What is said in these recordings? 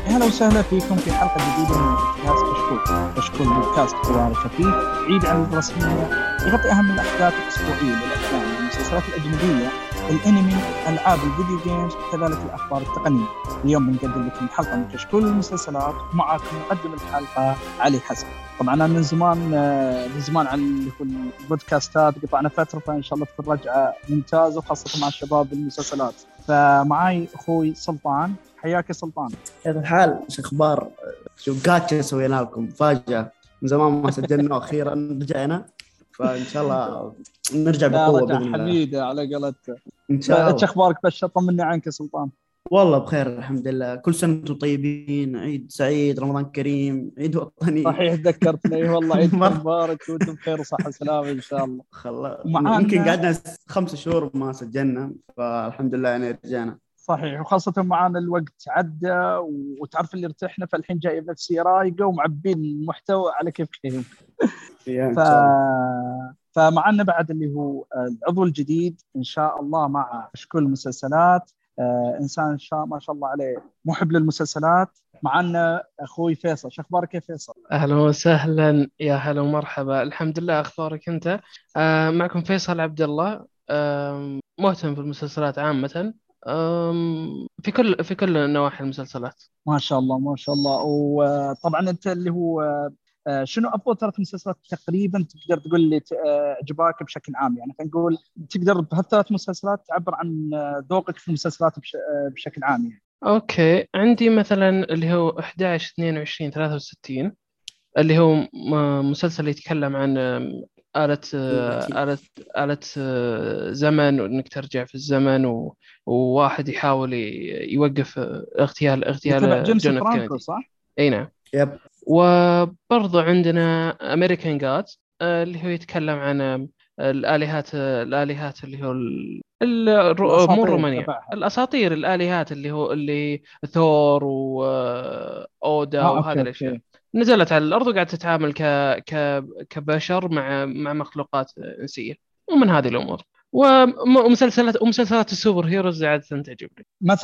أهلا وسهلا فيكم في حلقة جديدة من بودكاست كشكول بودكاست حوار خفيف بعيد عن الرسمية، يغطي أهم الأحداث الأسبوعية للأفلام والمسلسلات الأجنبية، الأنمي، ألعاب الفيديو جيمز، وكذلك الأخبار التقنية. اليوم بنقدم لكم حلقة من كشكول المسلسلات، ومعاكم مقدم الحلقة علي حسن. طبعا أنا من زمان عن البودكاستات قطعنا فترة، فإن شاء الله تكون رجعة ممتازة وخاصة مع الشباب بالمسلسلات. فمعاي أخوي سلطان. حياك يا سلطان. كيف الحال؟ شو اخبار؟ شو قاعد سوينا لكم فاجأة من زمان ما سجلنا واخيرا رجعنا، فان شاء الله نرجع لا بقوة رجع باذن الله. حميدة على قولتك. ان شاء ايش الله. اخبارك؟ بس طمني عنك يا سلطان. والله بخير الحمد لله، كل سنة وانتم طيبين، عيد سعيد، رمضان كريم، عيد وطني. صحيح ذكرتني، والله عيدكم مر مبارك وانتم بخير وصحة وسلامة ان شاء الله. يمكن ومعانا قعدنا 5 شهور ما سجلنا، فالحمد لله يعني رجعنا. صحيح، وخاصة معانا الوقت عدى وتعرف اللي ارتحنا، فالحين جاي بنفسية رايقة ومعبين المحتوى على كيف. ف... ان شاء الله. فمعنا بعد اللي هو العضو الجديد إن شاء الله مع كل المسلسلات. إنسان ما شاء الله عليه محب للمسلسلات. معنا أخوي فيصل. شو أخبارك يا فيصل؟ أهلا وسهلا، يا هلا ومرحبا. الحمد لله، أخبارك أنت؟ معكم فيصل عبد الله. مهتم بالمسلسلات عامة. في كل نواحي المسلسلات. ما شاء الله ما شاء الله. وطبعا أنت اللي هو شنو أفضل 3 مسلسلات تقريبا تقدر تقول لي عجباك بشكل عام؟ يعني خلينا نقول تقدر بهال3 مسلسلات تعبر عن ذوقك في المسلسلات بشكل عام يعني. أوكي، عندي مثلا اللي هو 11 22 63، اللي هو مسلسل يتكلم عن آلة زمن، وإنك ترجع في الزمن وواحد يحاول يوقف اللي تبع اغتيال جيمس جون اف فرانكو كينيدي. صح؟ اي نعم. يب. وبرضه عندنا امريكان جادز، اللي هو يتكلم عن الآلهات اللي هو مو الأساطير الرومانية، تبعها. الأساطير، الآلهات اللي ثور وأودا اوكي وهذه الأشياء. اوكي. نزلت على الأرض وقاعدة تتعامل كبشر مع مخلوقات إنسية، ومن هذه الأمور. ومسلسلات السوبر هيروز عادة تعجبني.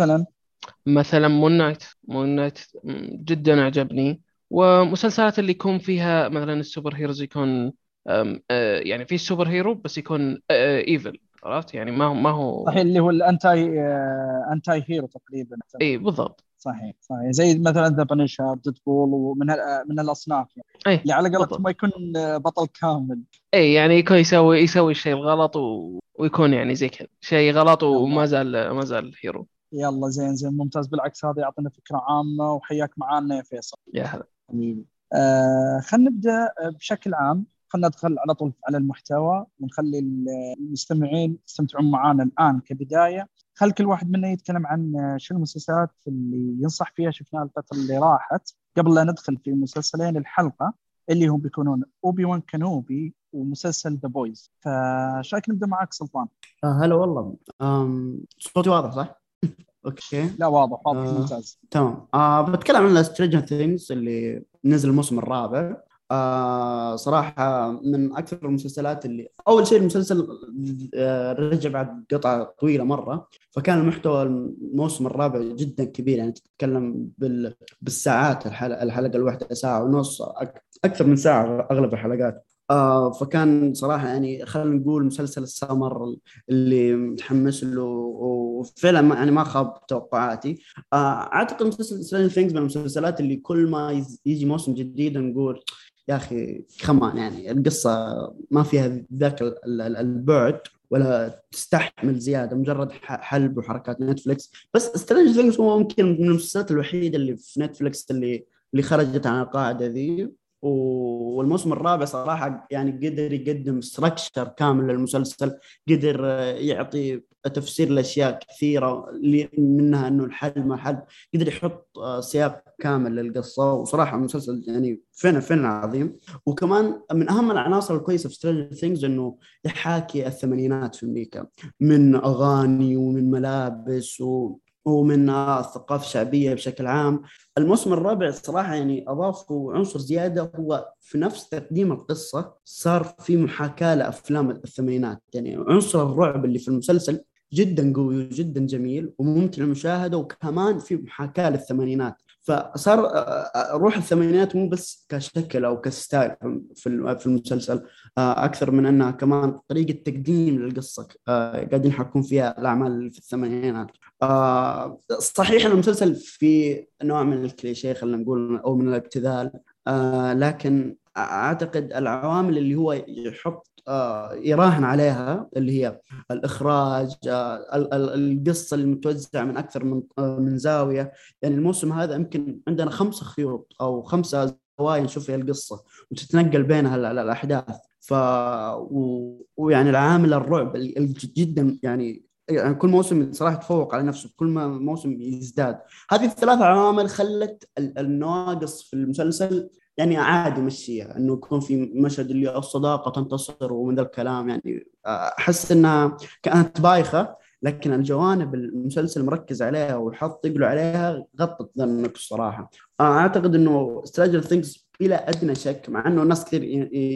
مثلا مون نايت جدا عجبني. ومسلسلات اللي يكون فيها مثلا السوبر هيروز يكون يعني في السوبر هيرو بس يكون ايفل، عرفت يعني ما هو صحيح، اللي هو انتاي هيرو تقريبا. اي بالضبط. صحيح صحيح، زي مثلا ذا بانشر، ديدبول، ومن من الاصناف يعني. اي اللي على قولتهم ما بالضبط. يكون بطل كامل. اي يعني يكون يسوي الشيء الغلط ويكون يعني زي كذا شيء غلط وما يلا زال هيرو. يلا، زين ممتاز، بالعكس هذا يعطينا فكرة عامة، وحياك معانا يا فيصل. يا هلا. حبيبي. خلينا نبدأ بشكل عام. خلينا ندخل على طول على المحتوى، ونخلي المستمعين يستمتعون معنا الآن كبداية. خل كل واحد منا يتكلم عن شو المسلسلات اللي ينصح فيها شفناها الفترة اللي راحت، قبل لا ندخل في مسلسلين الحلقة اللي هم بيكونون أوبي وان كانوبي ومسلسل ذا بويز. فشايك نبدأ معك سلطان. هلا والله. صوتي واضح صح؟ اوكي. لا واضح ممتاز. تمام. بتكلم عن سترينجر ثينجز اللي نزل الموسم الرابع. صراحة من أكثر المسلسلات اللي أول شيء المسلسل رجع بعد قطعة طويلة مرة، فكان المحتوى الموسم الرابع جدا كبير، يعني تتكلم بالساعات. الحلقة الواحدة ساعة ونص، أكثر من ساعة أغلب الحلقات. فكان صراحة يعني خلينا نقول مسلسل السمر اللي متحمس له، وفعلا يعني ما خاب توقعاتي. أعتقد مسلسل سترينجر ثينجز من المسلسلات اللي كل ما يجي موسم جديد نقول يا أخي كمان، يعني القصة ما فيها ذاك البعد ولا تستحمل زيادة، مجرد حلب وحركات نتفليكس. بس سترينجر ثينجز هو ممكن من المسلسلات الوحيدة اللي في نتفليكس اللي خرجت عن القاعدة ذي. والموسم الرابع صراحة يعني قدر يقدم ستراكشر كامل للمسلسل، قدر يعطي تفسير لأشياء كثيرة، منها أنه الحل ما حل، قدر يحط سياق كامل للقصة. وصراحة المسلسل يعني فعلا عظيم. وكمان من أهم العناصر الكويسة في سترينجر ثينجز أنه يحاكي الثمانينات في أمريكا، من أغاني ومن ملابس ومن الثقافة الشعبية بشكل عام. الموسم الرابع صراحة يعني أضافوا عنصر زيادة، هو في نفس تقديم القصة صار في محاكاة لأفلام الثمانينات. يعني عنصر الرعب اللي في المسلسل جدا قوي وجدا جميل وممتع للمشاهده، وكمان في محاكاه للثمانينات. فصار روح الثمانينات مو بس كشكل او كستايل في المسلسل، اكثر من انها كمان طريقه تقديم للقصه قاعدين يحكون فيها الاعمال اللي في الثمانينات. صحيح ان المسلسل في نوع من الكليشيه خلينا نقول او من الابتذال، لكن اعتقد العوامل اللي هو يحط يراهن عليها اللي هي الإخراج، القصة المتوزعة من أكثر من زاوية. يعني الموسم هذا يمكن عندنا 5 خيوط أو 5 زوايا نشوف فيها القصة وتتنقل بينها الأحداث. ويعني العامل الرعب جدا يعني كل موسم صراحة تفوق على نفسه، كل ما موسم يزداد. هذه الثلاث عوامل خلت النواقص في المسلسل يعني عادي مشيها، انه يكون في مشهد اللي الصداقه تنتصر ومن ذا الكلام. يعني احس انها كانت بايخه، لكن الجوانب المسلسل مركز عليها وحط يقلوا عليها غطت ذا النقص صراحه. اعتقد انه سترينجر ثينجز بلا ادنى شك، مع انه ناس كثير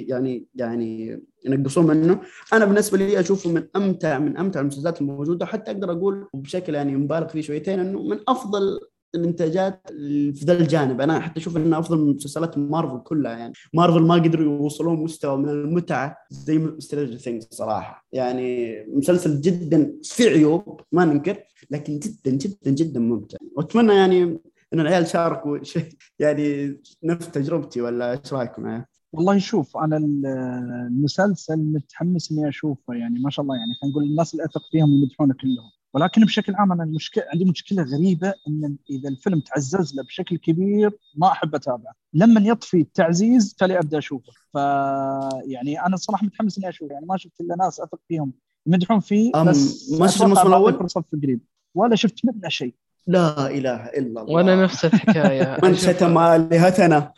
يعني ينقصون منه، انا بالنسبه لي اشوفه من امتع المسلسلات الموجوده، حتى اقدر اقول بشكل يعني مبالغ فيه شويتين انه من افضل الانتاجات في ذا الجانب. انا حتى اشوف انها افضل من مسلسلات مارفل كلها. يعني مارفل ما قدروا يوصلون مستوى من المتعه زي سترينجر ثينجز صراحه. يعني مسلسل جدا في عيوب ما ننكر، لكن جدا جدا جدا ممتع. واتمنى يعني ان العيال شاركوا شيء يعني نفس تجربتي، ولا ايش رايكم معي؟ والله شوف، أنا المسلسل متحمس إني أشوفه، يعني ما شاء الله، يعني خلينا نقول الناس اللي أثق فيهم يمدحونه كلهم. ولكن بشكل عام أنا عندي مشكلة غريبة، إن إذا الفيلم تعزز له بشكل كبير ما أحب أتابعه، لما يطفي التعزيز فلي أبدأ أشوفه. يعني أنا الصراحة متحمس إني أشوفه، يعني ما شفت إلا ناس أثق فيهم يمدحون فيه، بس ما شفت أتوقع الموسم بعطيه الاول؟ فرصة في قريب، ولا شفت منه شيء. لا اله الا وانا الله. نفس الحكايه من اشوف. شتم الهتنا.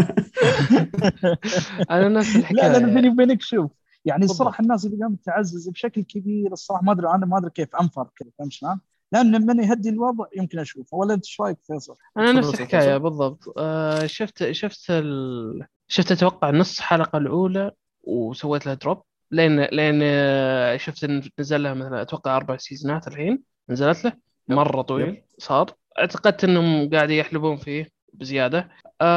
انا نفس لا لا، بيني الحكايه وبينك شوف، يعني الصراحه بالضبط. الناس اللي قامت تعزز بشكل كبير الصراحه ما ادري، انا ما ادري كيف انفر كذا، فهمت شلون؟ لان من يهدي الوضع يمكن اشوفه. ولا انت ايش رايك فيصل؟ انا نفس تفضل الحكايه فيصل. بالضبط. شفت اتوقع نص حلقه الاولى وسويت لها دروب، لين شفت ان نزل لها مثلا اتوقع 4 سيزونات الحين نزلت له. يب مره يب. طويل صار، اعتقدت انهم قاعد يحلبون فيه بزياده.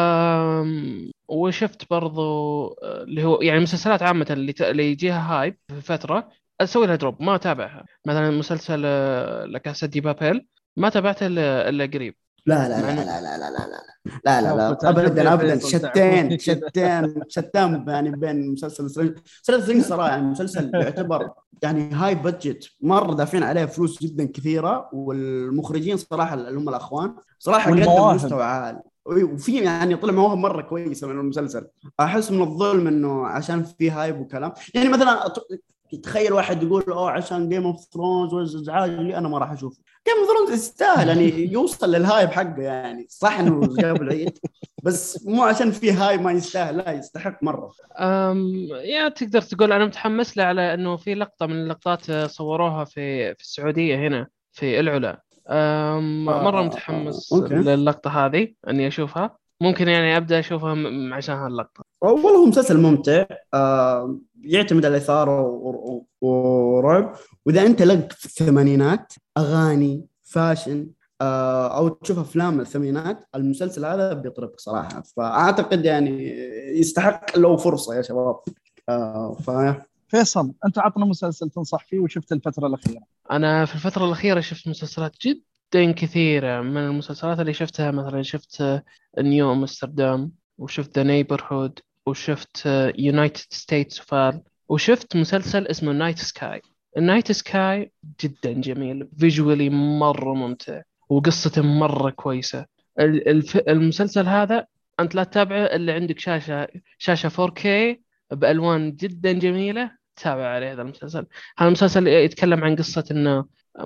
وشفت برضو اللي هو يعني مسلسلات عامه اللي يجيها هايب في فتره اسوي لها دروب ما اتابعها. مثلا مسلسل لا كاسا دي بابيل ما تابعته الا قريب. لا لا مع لا انه لا لا لا لا لا لا لا لو لا تعجبني يا ابدا ابدا. فيصل تعرفوني شتان كذا. شتان شتان يعني بين مسلسل سترينجر ثينجز صراحه. يعني مسلسل يعتبر يعني هاي بادجت، مره دافعين عليه فلوس جدا كثيره، والمخرجين صراحه اللي هم الاخوان صراحه قدموا والمواهب. مستوى عال. وفي يعني طلع مواهب مره كويسه من المسلسل. احس من الظلم انه عشان في هايب وكلام. يعني مثلا تخيل واحد يقول اوه عشان جيم اوف ثرونز وازعاج لي انا ما راح اشوفه. جيم اوف ثرونز يستاهل يعني يوصل للهايب حقه. يعني صح انه جاب العيد، بس مو عشان في هايب ما يستاهل، لا يستحق مره. يا تقدر تقول أنا متحمس له على إنه في لقطة من اللقطات صوروها في السعودية هنا في العلا. مرة متحمس اوكي. للقطة هذه إني أشوفها. ممكن يعني أبدأ أشوفها عشان هاللقطة. والله هو مسلسل ممتع، يعتمد على إثارة ورعب. وإذا أنت لك في الثمانينات أغاني فاشن، أو تشوف أفلام الثمانينات، المسلسل هذا بيطربك صراحة. فأعتقد يعني يستحق له فرصة يا شباب. آه ف فيصل، انت عطنا مسلسل تنصح فيه وشفت الفتره الاخيره. أنا في الفترة الأخيرة شفت مسلسلات جدا كثيرة. من المسلسلات اللي شفتها مثلا شفت نيو أمستردام، وشفت ذا نيبرهود، وشفت يونايتد ستيتس اوف، وشفت مسلسل اسمه نايت سكاي. النايت سكاي جدا جميل، فيجولي مرة ممتع، وقصته مرة كويسة. المسلسل هذا أنت لا تتابعه إلا عندك شاشة 4K بألوان جدا جميلة. تابع عليه هذا المسلسل. هذا المسلسل يتكلم عن قصة إنه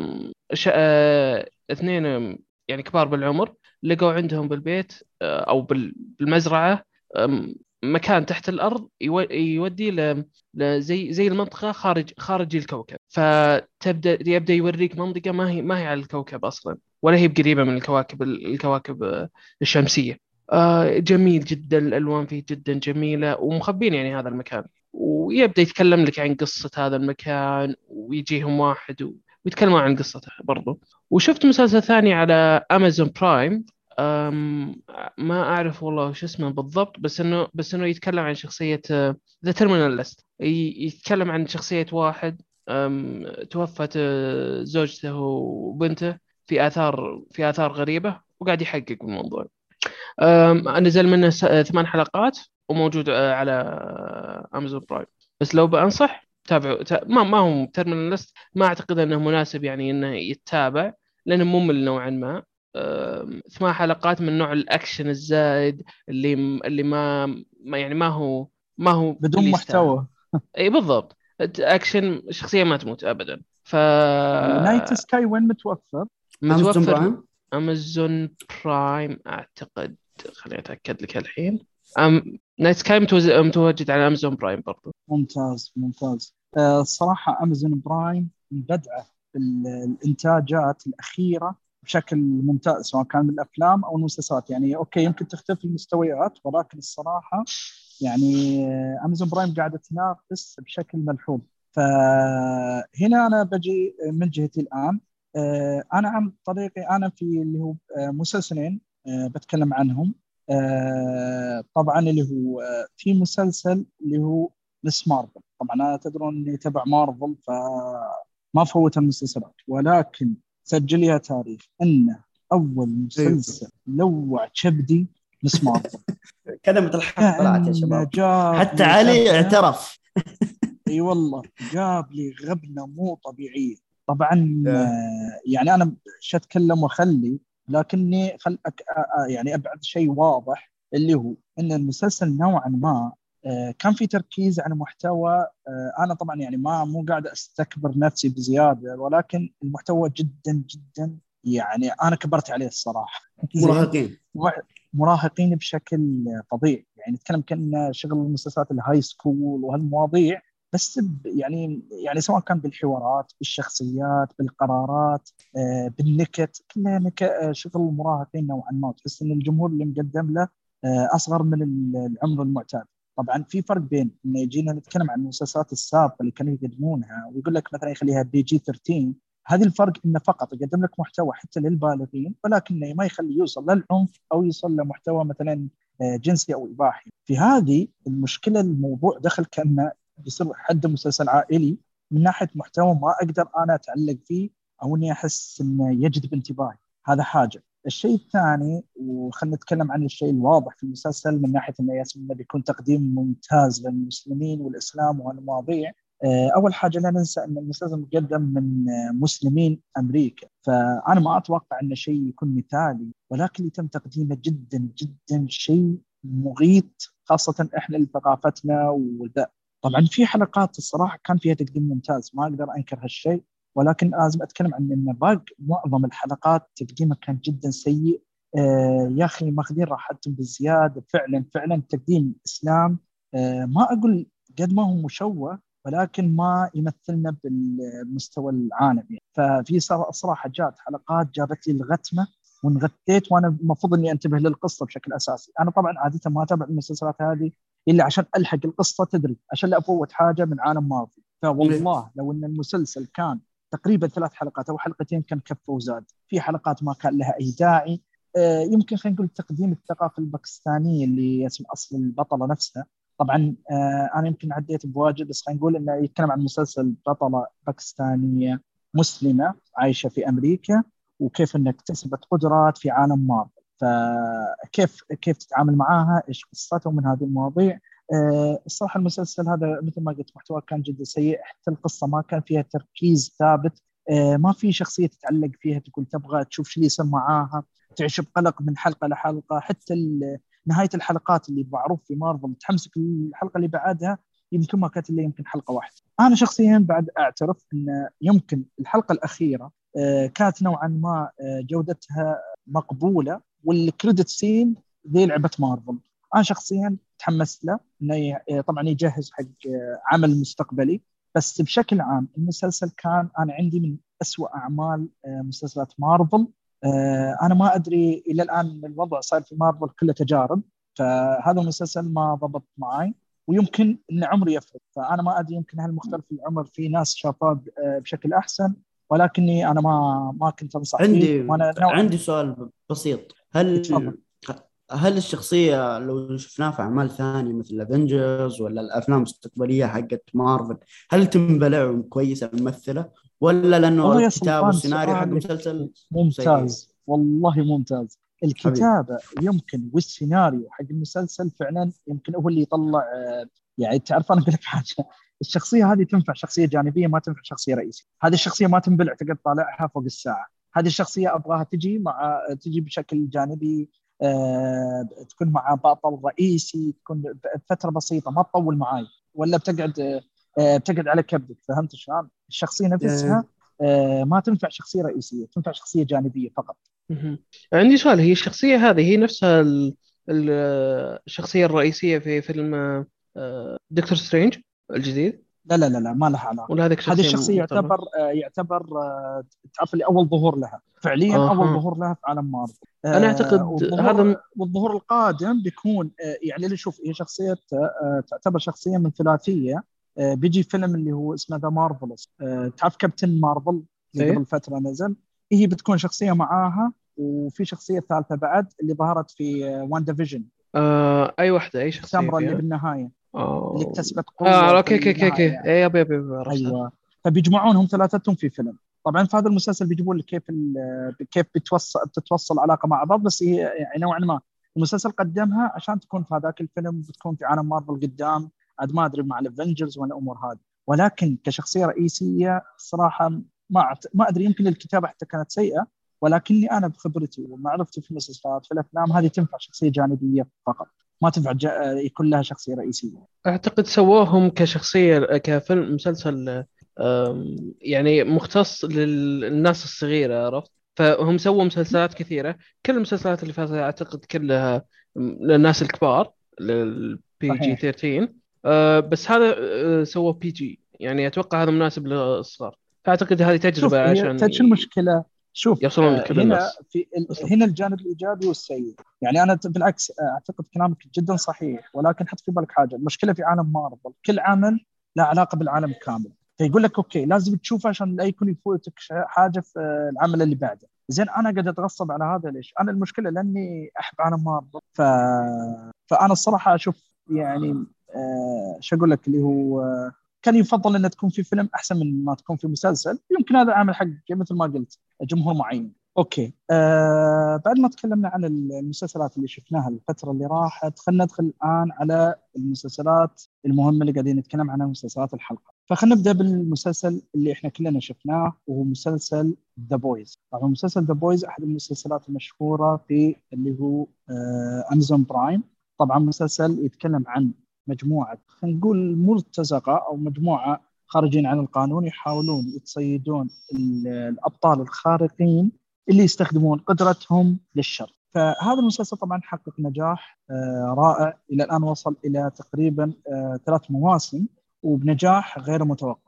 اثنين يعني كبار بالعمر لقوا عندهم بالبيت أو بالمزرعة مكان تحت الأرض يودي زي المنطقة خارج الكوكب. يبدأ يوريك منطقة ما هي على الكوكب أصلا، ولا هي قريبة من الكواكب الشمسية. جميل جدا، الألوان فيه جدا جميلة، ومخبين يعني هذا المكان. ويبدأ يتكلم لك عن قصة هذا المكان، ويجيهم واحد ويتكلمون عن قصته برضو. وشفت مسلسل ثاني على أمازون برايم، ما أعرف والله وش اسمه بالضبط، بس إنه يتكلم عن شخصية ذا تيرمينال ليست. يتكلم عن شخصية واحد توفت زوجته وبنته في آثار غريبة، وقاعد يحقق بالموضوع. نزل منه 8 حلقات، وموجود على أمازون برايم. بس لو بأنصح تابعوا، ما هو تيرمينال ليست، ما أعتقد أنه مناسب يعني إنه يتابع، لأنه ممل نوعا ما. 8 حلقات من نوع الأكشن الزائد اللي يعني ما هو بدون اللي يستاهل. محتوى. اي بالضبط، أكشن، شخصية ما تموت أبدا. ونايت سكاي وين متوفر؟ امازون متوفر برايم. أمازون برايم أعتقد. خليني أتأكد لك الحين. نايت سكاي متواجد على أمازون برايم برضو. ممتاز ممتاز. الصراحة أمازون برايم بدعة الإنتاجات الأخيرة بشكل ممتاز، سواء كان من الأفلام أو المسلسلات. يعني أوكي يمكن تختلف المستويات، ولكن الصراحة يعني أمازون برايم قاعدة تنافس بشكل ملحوظ. فهنا أنا بجي من جهتي الآن. أنا عن طريقي أنا في اللي هو مسلسلين بتكلم عنهم. طبعا اللي هو في مسلسل اللي هو مس مارفل. طبعا أنا تدرون إني تبع مارفل، فما فوت المسلسلات، ولكن سجلها تاريخ أنه أول ايوه مسلسل لوع كبدي مس مارفل. كلمة الحق طلعت يا كأنه شباب، جاب حتى لي علي غبنة. اعترف. اي والله جاب لي غبنه مو طبيعيه. طبعا يا. يعني انا شو اتكلم واخلي، لكني يعني ابعد شيء واضح، اللي هو ان المسلسل نوعا ما كان في تركيز على محتوى. انا طبعا يعني مو قاعد استكبر نفسي بزياده، ولكن المحتوى جدا جدا يعني انا كبرت عليه الصراحه. زين. مراهقين. مراهقين بشكل فظيع. يعني نتكلم كان شغل المسلسلات الهاي سكول وهالمواضيع، بس يعني سواء كان بالحوارات، بالشخصيات، بالقرارات، بالنكت، كلها شغل المراهقين نوعا ما. تحس ان الجمهور اللي مقدم له اصغر من العمر المعتاد. طبعا في فرق بين انه يجينا نتكلم عن المسلسلات السابقه اللي كانوا يقدمونها ويقول لك مثلا يخليها بي جي 13. هذه الفرق انه فقط يقدم لك محتوى حتى للبالغين، ولكنه ما يخلي يوصل للعنف او يوصل لمحتوى مثلا جنسي او اباحي. في هذه المشكله، الموضوع دخل كانه بيصير حد مسلسل عائلي من ناحيه محتوى، ما اقدر انا اتعلق فيه او اني احس انه يجذب انتباهي. هذا حاجه. الشيء الثاني، وخلنا نتكلم عن الشيء الواضح في المسلسل من ناحيه انه ياسمين بيكون تقديم ممتاز للمسلمين والاسلام وهالمواضيع. اول حاجه لا ننسى ان المسلسل مقدم من مسلمين امريكا، فانا ما اتوقع انه شيء يكون مثالي، ولكن يتم تقديمه جدا جدا شيء مغيث، خاصه احنا لثقافتنا وذا. طبعا في حلقات الصراحه كان فيها تقديم ممتاز، ما اقدر انكر هالشيء، ولكن لازم اتكلم عن ان معظم الحلقات تقديمها كان جدا سيء. يا اخي ماخذين راحتهم بزياده، فعلا فعلا تقديم اسلام. ما اقول قد ما هو مشوه، ولكن ما يمثلنا بالمستوى العالمي. ففي صراحه جات حلقات جابت لي الغتمه وانغثيت، وانا المفروض اني انتبه للقصه بشكل اساسي. انا طبعا عاده ما اتابع المسلسلات هذه الا عشان الحق القصه، تدري، عشان لا افوت حاجه من عالم مارفل. فوالله لو ان المسلسل كان تقريبا 3 حلقات او حلقتين كان كفى وزاد. في حلقات ما كان لها اي داعي. يمكن خلينا نقول تقديم الثقافه الباكستانيه اللي اسم اصل البطله نفسها. طبعا انا يمكن عديت بواجد، بس خلينا نقول انه يتكلم عن مسلسل بطله باكستانيه مسلمه عايشه في امريكا، وكيف انها اكتسبت قدرات في عالم مارفل. فكيف تتعامل معاها، ايش قصته من هذه المواضيع. الصراحه المسلسل هذا مثل ما قلت محتوى كان جدا سيء، حتى القصه ما كان فيها تركيز ثابت. ما في شخصيه تتعلق فيها تقول تبغى تشوف شو اللي يصير معاها، تعيش بقلق من حلقه لحلقه. حتى نهايه الحلقات اللي معروف في مارفل تحمسك الحلقه اللي بعدها، يمكن ما كانت الا يمكن حلقه واحده. انا شخصيا بعد اعترف ان يمكن الحلقه الاخيره كانت نوعا ما جودتها مقبوله، والكريدت سين ذي لعبه مارفل. انا شخصيا تحمست له انه طبعا يجهز حق عمل مستقبلي. بس بشكل عام المسلسل كان انا عندي من أسوأ اعمال مسلسلات مارفل. انا ما ادري الى الان الوضع صار في مارفل كله تجارب، فهذا المسلسل ما ضبط معي. ويمكن ان عمري يفرق، فانا ما ادري، يمكن هل مختلف العمر في ناس شافوه بشكل احسن، ولكني انا ما كنت انصح فيه، عندي وانا نوعا. عندي سؤال بسيط. تفضل. هل الشخصية لو شفناها في أعمال ثانية مثل الأفنجرز ولا الأفلام المستقبلية حقت مارفل، هل تنبلع كويسة الممثلة، ولا لأنه والله يا الكتاب سلطان والسيناريو حق سؤالك المسلسل سيء؟ ممتاز، والله ممتاز. حبيبي. الكتابة يمكن والسيناريو حق المسلسل فعلا يمكن هو اللي يطلع. يعني تعرف أنا أقول لك حاجة، الشخصية هذه تنفع شخصية جانبية، ما تنفع شخصية رئيسية. هذه الشخصية ما تنبلع تقعد طالعها فوق الساعة. هذه الشخصية أبغاها تجي بشكل جانبي، تكون مع بطل رئيسي، تكون فترة بسيطة ما تطول معاي، ولا بتقعد على كبدك. فهمت شلون؟ الشخصية نفسها ما تنفع شخصية رئيسية، تنفع شخصية جانبية فقط. مهم. عندي سؤال، هي الشخصية هذه هي نفسها ال- الشخصية الرئيسية في فيلم دكتور سترينج الجديد، لا لا لا لا، ما لها علاقة. ولا هذيك هذه شخصية الشخصية مختلفة؟ يعتبر تعرف اللي أول ظهور لها فعليا، أول اها. ظهور لها في عالم مارفل. انا اعتقد هذا والظهور القادم بيكون يعني اللي شوف، هي شخصية تعتبر شخصية من ثلاثية. بيجي فيلم اللي هو اسمه ذا مارفلز، تعرف كابتن مارفل اللي ايه. قبل فترة نزل. هي بتكون شخصية معاها، وفي شخصية ثالثة بعد اللي ظهرت في وان ديفيجن، اي واحدة، اي شخصية سامرا اللي فيها؟ بالنهايه، اللي اه. اكتسبت قوة في اوكي اوكي اوكي اوكي، النهاية. ايه يب عرفتها. ايوه. فبيجمعونهم ثلاثتهم في فيلم. طبعا في هذا المسلسل بيجيبون لك كيف بتتوصل علاقه مع بعض، بس هي يعني نوعا ما المسلسل قدمها عشان تكون في هذاك الفيلم، بتكون في عالم مارفل قدام. عاد ما ادري مع الافنجرز والامور هذه، ولكن كشخصيه رئيسيه صراحه ما ادري، يمكن الكتابه حتى كانت سيئه، ولكني انا بخبرتي ومعرفتي في المسلسلات في الافلام هذه تنفع شخصيه جانبيه فقط، ما تنفع يكون لها شخصيه رئيسيه. اعتقد سووهم كشخصية كفيلم مسلسل يعني مختص للناس الصغيرة، عرفت؟ فهم سووا مسلسلات كثيرة، كل المسلسلات اللي فاتت اعتقد كلها للناس الكبار، للبي جي صحيح. 13. بس هذا سووه بي جي، يعني اتوقع هذا مناسب للصغار، فاعتقد هذه شوف، تجربة هي عشان تعرف شو المشكله؟ شوف، يوصلون لكل هنا الناس. بالضبط. هنا الجانب الايجابي والسيء. يعني انا بالعكس اعتقد كلامك جدا صحيح، ولكن حط في بالك حاجه، المشكله في عالم مارفل كل عمل له علاقه بالعالم كامل. فيقول لك اوكي لازم تشوفه عشان لا يكون يفوتك حاجه في العمل اللي بعده. زين انا قاعد اتغصب على هذا ليش؟ انا المشكله لاني احب عالم مارفل. فانا الصراحه اشوف يعني شو اقول لك اللي هو كان يفضل ان تكون في فيلم احسن من ما تكون في مسلسل. يمكن هذا عامل حق مثل ما قلت جمهور معين. اوكي، بعد ما تكلمنا عن المسلسلات اللي شفناها الفتره اللي راحت، خلينا ندخل الان على المسلسلات المهمه اللي قاعدين نتكلم عنها، مسلسلات الحلقه. فخلينا نبدا بالمسلسل اللي احنا كلنا شفناه، وهو مسلسل ذا بويز. طبعا مسلسل ذا بويز احد المسلسلات المشهوره في اللي هو امازون برايم. طبعا مسلسل يتكلم عن مجموعة، خلينا نقول مرتزقة أو مجموعة خارجين عن القانون، يحاولون يتصيدون الأبطال الخارقين اللي يستخدمون قدرتهم للشر. فهذا المسلسل طبعا حقق نجاح رائع، إلى الآن وصل إلى تقريبا 3 مواسم وبنجاح غير متوقع.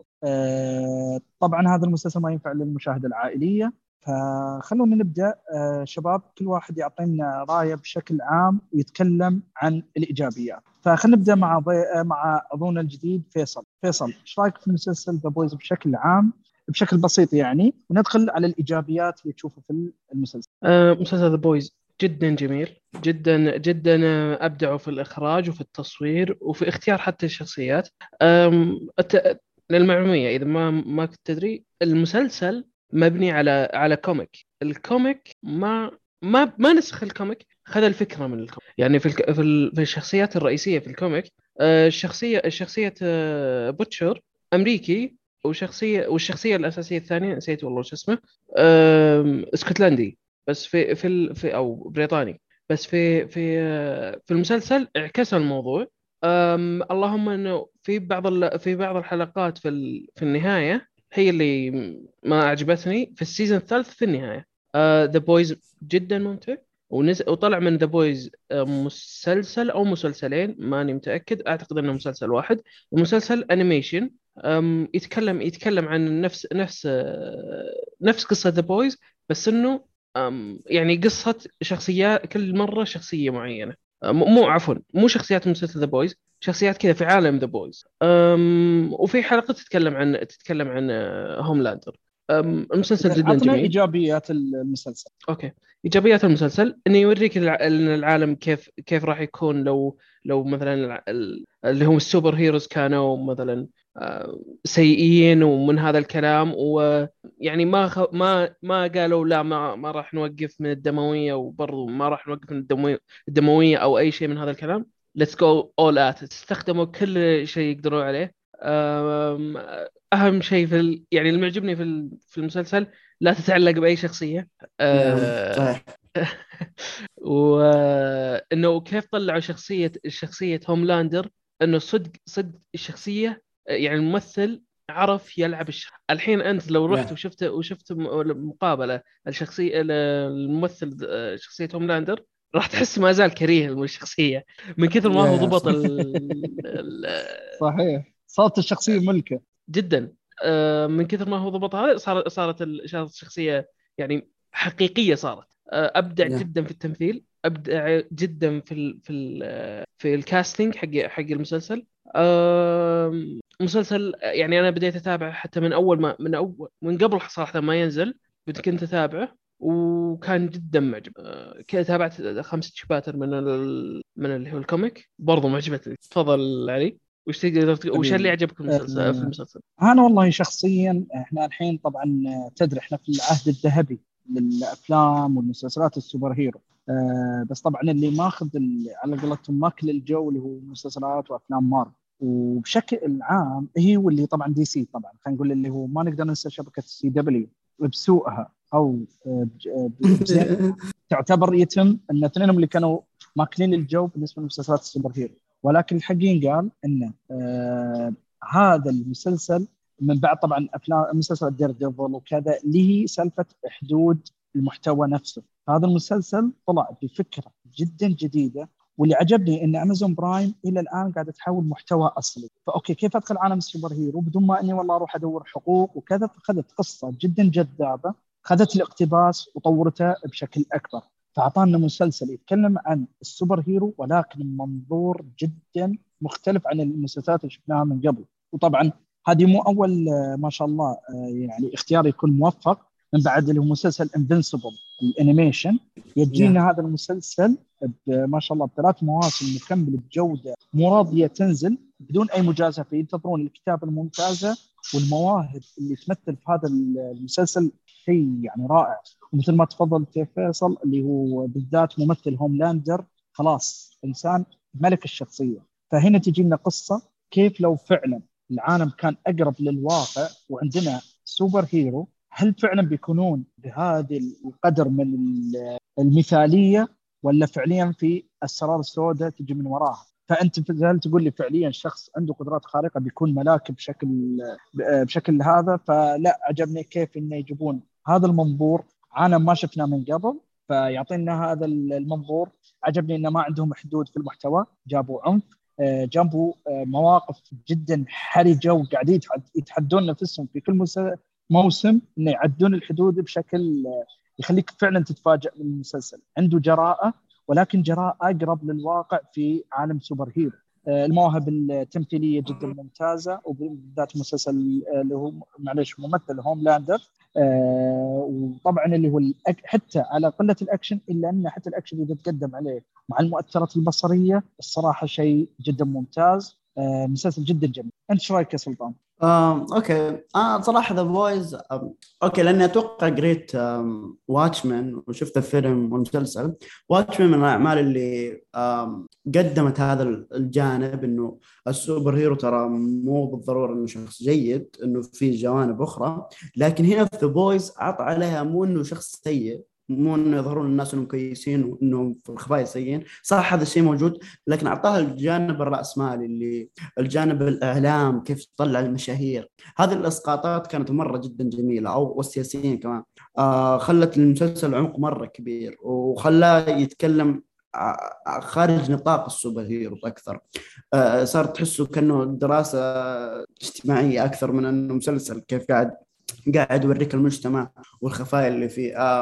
طبعا هذا المسلسل ما ينفع للمشاهدة العائلية. فخلونا نبدأ شباب، كل واحد يعطينا رأيه بشكل عام ويتكلم عن الإيجابيات. فخلينا نبدأ مع أظن الجديد فيصل. فيصل، إيش رأيك في مسلسل ذا بويز بشكل عام، بشكل بسيط يعني، وندخل على الإيجابيات اللي تشوفها في المسلسل. مسلسل ذا بويز جدا جميل، جدا جدا. أبدعوا في الإخراج وفي التصوير وفي اختيار حتى الشخصيات. للمعلومية إذا ما كنت تدري، المسلسل مبني على كوميك. الكوميك ما نسخ الكوميك، خذ الفكرة من الكوميك. يعني في الشخصيات الرئيسية في الكوميك، الشخصية بوتشر أمريكي، والشخصية الأساسية الثانية نسيت والله شو اسمه، اسكتلندي، بس في أو بريطاني. بس في المسلسل اعكس الموضوع. اللهم انه في بعض الحلقات في النهايه هي اللي ما عجبتني في السيزون الثالث في النهايه. ذا بويز جدا ممتع، وطلع من ذا بويز مسلسل او مسلسلين، ماني متاكد، اعتقد انه مسلسل واحد. المسلسل انيميشن، يتكلم عن نفس قصه ذا بويز، بس انه يعني قصه شخصيات، كل مره شخصيه معينه. مو شخصيات مسلسل ذا بويز، شخصيات كذا في عالم ذا بويز. وفي حلقة تتكلم عن هوملاندر. المسلسل جدا عطنا جميل. ايجابيات المسلسل. اوكي، ايجابيات المسلسل انه يوريك العالم كيف راح يكون لو مثلا اللي هم السوبر هيروز كانوا مثلا سيئين ومن هذا الكلام، ويعني ما قالوا لا ما راح نوقف من الدمويه، وبرضو ما راح نوقف من الدمويه او اي شيء من هذا الكلام. Let's go all at it. استخدموا كل شيء يقدروا عليه. اهم شيء يعني اللي معجبني في المسلسل، لا تتعلق باي شخصيه. صحيح. وانه كيف طلعوا شخصيه هوملاندر، انه صدق الشخصيه، يعني الممثل عرف يلعب الحين انت لو رحت وشفت مقابله الممثل شخصيه هوملاندر، راح تحس ما زال كريه من الشخصيه من كثر ما هو ضبط صحيح، صارت الشخصيه ملكه جدا. من كثر ما هو ضبطها صارت الشخصيه يعني حقيقيه. صارت ابدع جدا في التمثيل، ابدع جدا في الكاستنج حق المسلسل. مسلسل يعني انا بديت اتابعه حتى من قبل صراحه ما ينزل، كنت اتابعه وكان جدا معجب. كذا تابعت 5 شباتر من اللي هو الكوميك، برضو معجبتني. تفضل علي، وش اللي عجبك في المسلسل؟ انا والله شخصيا احنا الحين طبعا تدري احنا في العهد الذهبي للافلام والمسلسلات السوبر هيرو. بس طبعا اللي ماخذ على قولتهم ماكل الجو اللي هو مسلسلات وافلام مارفل، وبشكل عام هي واللي طبعا دي سي. طبعا خلينا نقول اللي هو ما نقدر ننسى شبكه سي دبليو بسوءها او تعتبر يتم ان اثنينهم اللي كانوا ماكلين الجو بالنسبه لمسلسلات السوبر هيرو. ولكن الحقيقة قال ان هذا المسلسل من بعد طبعا افلام مسلسل دير ديفل وكذا اللي سالفه حدود المحتوى نفسه. هذا المسلسل طلع بفكره جدا جديده، واللي عجبني ان امازون برايم الى الان قاعده تحول محتوى اصلي. فاوكي كيف ادخل عالم السوبر هيرو بدون ما اني والله اروح ادور حقوق وكذا. فاخذت قصه جدا جذابه، اخذت الاقتباس وطورتها بشكل اكبر، فاعطانا مسلسل يتكلم عن السوبر هيرو ولكن من منظور جدا مختلف عن المسلسلات اللي شفناها من قبل. وطبعا هذه مو اول ما شاء الله يعني اختيار يكون موفق. من بعد اللي هو مسلسل انفنسبل الانيميشن يجينا هذا المسلسل ما شاء الله ب3 مواسم مكمل بجوده مو راضيه تنزل بدون اي مجازفه. ينتظرون الكتابه الممتازه والمواهب اللي تمثل في هذا المسلسل شيء يعني رائع. ومثل ما تفضلت يا فيصل اللي هو بالذات ممثل هوملاندر خلاص انسان ملك الشخصيه. فهنا تجي لنا قصه كيف لو فعلا العالم كان اقرب للواقع وعندنا سوبر هيرو، هل فعلا بيكونون بهذا القدر من المثاليه ولا فعليا في اسرار سوداء تجي من وراها؟ فانت هل تقول لي فعليا شخص عنده قدرات خارقه بيكون ملاك بشكل هذا؟ فلا، عجبني كيف انه يجيبون هذا المنظور عالم ما شفناه من قبل فيعطينا هذا المنظور. عجبني انه ما عندهم حدود في المحتوى، جابوا عنف، جابوا مواقف جدا حرجه وقاعدين يتحدون نفسهم في كل موسم انه يعدون الحدود بشكل يخليك فعلا تتفاجئ من المسلسل. عنده جراءه ولكن جراءه اقرب للواقع في عالم سوبر هيرو. المواهب التمثيليه جدا ممتازه، وبالذات مسلسل اللي هو معلش ممثل هوملاندر. وطبعا اللي هو حتى على قله الاكشن الا ان حتى الاكشن اللي تقدم عليه مع المؤثرات البصريه الصراحه شيء جدا ممتاز. مسلسل جدا جميل. انت ايش رايك يا سلطان؟ اوكي صراحه ذا بويز اوكي لاني اتوقع قريت واتشمان وشفت الفيلم والمسلسل. واتشمان من الاعمال اللي قدمت هذا الجانب انه السوبر هيرو ترى مو بالضروره انه شخص جيد، انه في جوانب اخرى. لكن هنا في ذا بويز عطى عليها مو انه شخص سيء، مو انه يظهرون الناس انهم كويسين وانهم في الخفايا سيئين، صح هذا الشيء موجود، لكن اعطاها الجانب الرأسمالي اللي الجانب الاعلام كيف تطلع المشاهير. هذه الاسقاطات كانت مره جدا جميله، او والسياسيين كمان. خلت المسلسل عمق مره كبير وخلاه يتكلم خارج نطاق السوبر هيرو اكثر. صار تحسه كانه دراسه اجتماعيه اكثر من انه مسلسل كيف قاعد يوريك المجتمع والخفايا اللي فيه.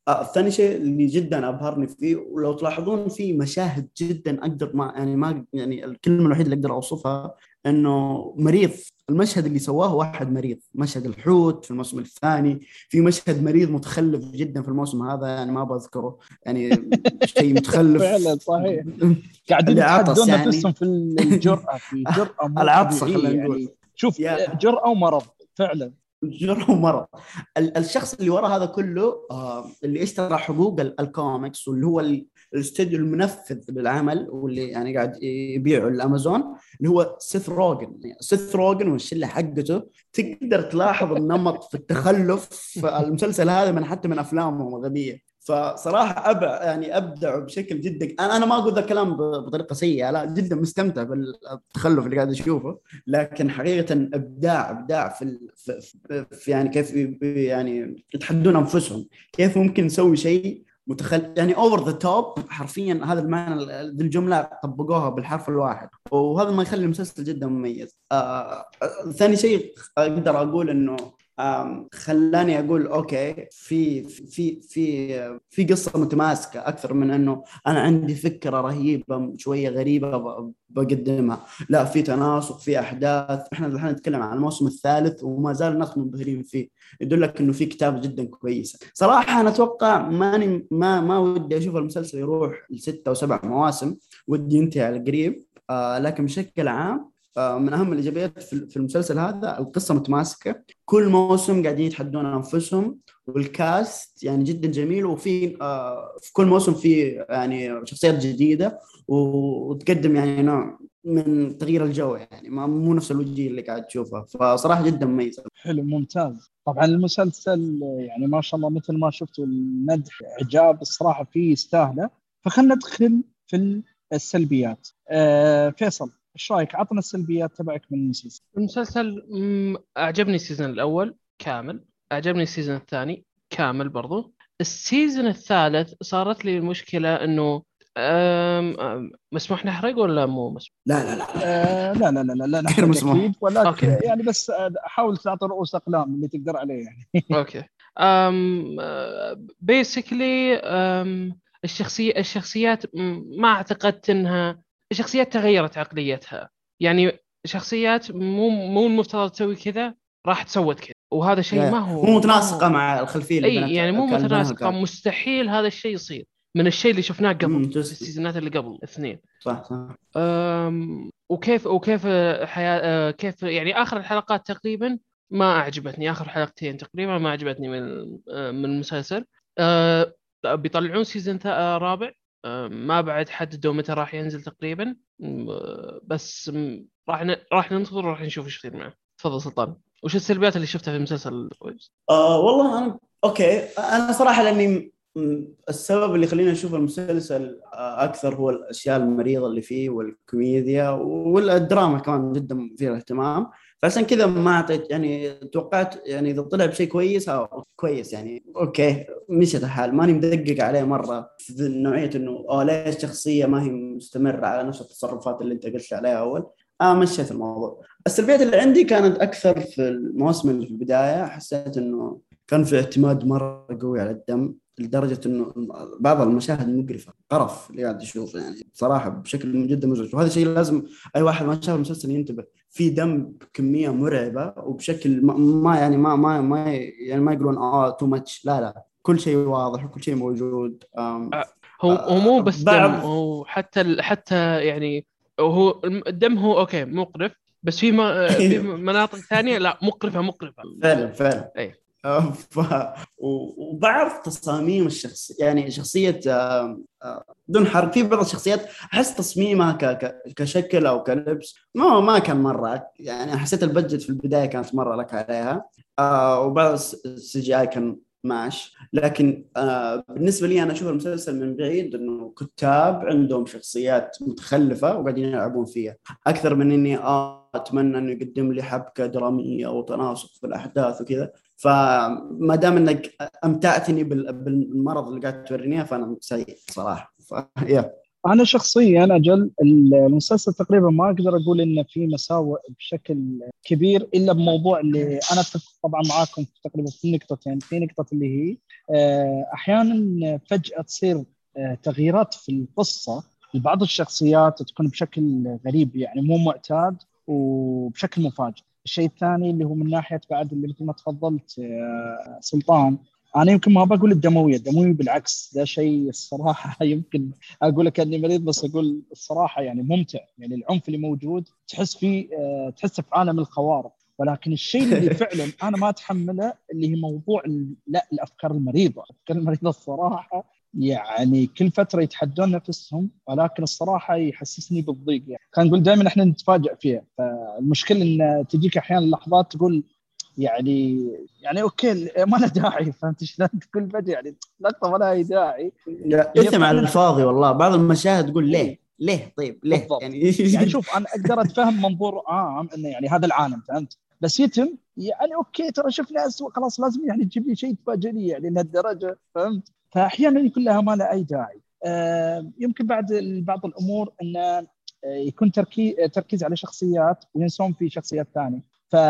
ثاني شيء اللي جدا أبهرني فيه، ولو تلاحظون في مشاهد جدا أقدر ما يعني الكلمة الوحيدة اللي أقدر أوصفها إنه مريض. المشهد اللي سواه واحد مريض، مشهد الحوت في الموسم الثاني، في مشهد مريض متخلف جدا في الموسم هذا يعني ما بذكره، يعني شيء متخلف فعلا صحيح. قاعدين اللي عطس يتحدون يعني نفسهم في الجرأة، في جرأة مو العطسة طبيعية خلينا نقول. يعني. شوف يا جرأة ومرض فعلا. جرأة ومرض. الشخص اللي وراء هذا كله اللي اشترى حقوق الكوميكس، واللي هو الاستوديو المنفذ للعمل، واللي يعني قاعد يبيعه الامازون، اللي هو سيث روجن. سيث روجن والشله حقته تقدر تلاحظ النمط في التخلف في المسلسل هذا من حتى من افلامهم الغبيه. فصراحه يعني ابدعوا بشكل جدا. انا ما اقول ذا الكلام بطريقه سيئه، لا جدا مستمتع بالتخلف اللي قاعد اشوفه، لكن حقيقه ابداع في يعني كيف يعني يتحدون انفسهم، كيف ممكن نسوي شيء يعني اوفر ذا توب حرفيا. هذا المعنى ذي الجمله طبقوها بالحرف الواحد، وهذا ما يخلي المسلسل جدا مميز. ثاني شيء اقدر اقول انه خلاني اقول اوكي في قصه متماسكه اكثر من انه انا عندي فكره رهيبه شويه غريبه بقدمها. لا، في تناسق، في احداث. احنا الحين نتكلم عن الموسم الثالث وما زال الناس منبهرين فيه، يدلك انه في كتابه جدا كويسه. صراحه انا اتوقع ما ودي اشوف المسلسل يروح لستة وسبع مواسم، ودي ينتهي على قريب. لكن بشكل عام من أهم الإيجابيات في المسلسل هذا القصة متماسكة، كل موسم قاعدين يتحدون أنفسهم، والكاست يعني جدا جميل، وفي في كل موسم في يعني شخصيات جديدة، وتقدم يعني نوع من تغيير الجو، يعني مو نفس الوجيه اللي قاعد تشوفه. فصراحة جدا مميز. حلو ممتاز. طبعا المسلسل يعني ما شاء الله مثل ما شفتوا المدح إعجاب الصراحة فيه يستاهله. فخلنا ندخل في السلبيات. فيصل ايش رايك؟ عطنا السلبيات تبعك من المسلسل. المسلسل اعجبني السيزون الاول كامل، اعجبني السيزون الثاني كامل برضو. السيزون الثالث صارت لي المشكله انه مسموح نحرق ولا مو مسموح؟ لا غير مسموح اكيد، ولكن أوكي. يعني بس حاول تعطي رؤوس اقلام اللي تقدر عليه يعني. اوكي. بيسكلي الشخصيات ما اعتقدت انها الشخصيات تغيرت عقليتها. يعني شخصيات مو المفترض تسوي كذا راح تسوت كذا، وهذا شيء ما هو مو متناسقة مع الخلفية اللي اي يعني مو كان متناسقة. مستحيل هذا الشيء يصير من الشيء اللي شفناه قبل في صح السيزونات اللي قبل اثنين. صح. وكيف حياة كيف يعني آخر الحلقات تقريبا ما أعجبتني. آخر حلقتين تقريبا ما أعجبتني من المسلسل. بيطلعون سيزن رابع. ما بعد حددوا متى راح ينزل تقريبا. بس راح ننتظر وراح نشوف ايش يصير معه. تفضل سلطان، وش السلبيات اللي شفتها في المسلسل؟ والله أنا أوكي. أنا صراحة لأني السبب اللي خلينا نشوف المسلسل أكثر هو الأشياء المريضة اللي فيه والكوميديا والدراما كمان جدا فيها اهتمام. فعشان كذا ما أعطيت يعني توقعت يعني إذا طلع بشيء كويس كويس يعني أوكي مشيت الحال، ماني مدقق عليه مرة في نوعية إنه ليش شخصية ما هي مستمرة على نفس التصرفات اللي أنت قلت عليها أول. مشيت الموضوع. السلبيات اللي عندي كانت أكثر في المواسم اللي في البداية. حسيت إنه كان في اعتماد مرة قوي على الدم لدرجة إنه بعض المشاهد مقرفة، قرف اللي قاعد يشوفه يعني صراحة بشكل جدا مزعج. وهذا شيء لازم أي واحد ما شاف المسلسل ينتبه في دم بكمية مرعبة، وبشكل ما يعني ما يقولون تو ماتش. لا كل شيء واضح وكل شيء موجود. هو مو بس دم، هو حتى يعني هو الدم هو اوكي مقرف، بس في مناطق ثانية لا مقرفة فعلا اي. وبعض تصاميم يعني شخصية بدون حرق، في بعض الشخصيات أحس تصميمها كشكل أو كلبس ما كان مرة يعني. حسيت البجت في البداية كانت مرة لك عليها. وبعض السي جي آي كان ماش. لكن بالنسبة لي أنا أشوف المسلسل من بعيد إنه كتاب عندهم شخصيات متخلفة وقاعدين يلعبون فيها أكثر من إني أتمنى إنه يقدم لي حبكة درامية أو تناسق في الأحداث وكذا. فما دام إنك أمتعتني بالمرض اللي قاعد تورينيه فأنا سعيد صراحة. أنا شخصيا أجل المسلسل تقريبا ما أقدر أقول إنه في مساوئ بشكل كبير، إلا بموضوع اللي أنا أتفق طبعا معاكم تقريبا في نقطتين. في نقطة اللي هي أحيانا فجأة تصير تغييرات في القصة لبعض الشخصيات تكون بشكل غريب، يعني مو معتاد وبشكل مفاجئ. الشيء الثاني اللي هو من ناحية بعد اللي مثل ما تفضلت سلطان، أنا يمكن ما بقول الدموية بالعكس، ده شيء الصراحة يمكن أقول لك أني مريض، بس أقول الصراحة يعني ممتع. يعني العنف اللي موجود تحس فيه تحس في عالم الخوارق. ولكن الشيء اللي فعلا أنا ما أتحمله اللي هي موضوع لا الأفكار المريضة. الأفكار المريضة الصراحة يعني كل فترة يتحدون نفسهم، ولكن الصراحة يحسسني بالضيق. يعني خلينا نقول دائما احنا نتفاجأ فيها. فالمشكلة ان تجيك احيانا لحظات تقول يعني اوكي ما له داعي، فهمت شلون؟ تقول فجأة يعني لقطة ما لها داعي. اثم على الفاضي والله. بعض المشاهد تقول ليه طيب ليه بالضبط. يعني. يعني شوف انا اقدر اتفهم منظور عام انه يعني هذا العالم، فهمت؟ بس يتم يعني اوكي ترى شفنا اسوء، خلاص لازم يعني تجيب لي شيء تفاجئني يعني لهالدرجه، فهمت؟ فاحيانا يكون لها ما لا اي داعي. يمكن بعد بعض الامور انه يكون تركيز على شخصيات وينسون في شخصيات ثانيه.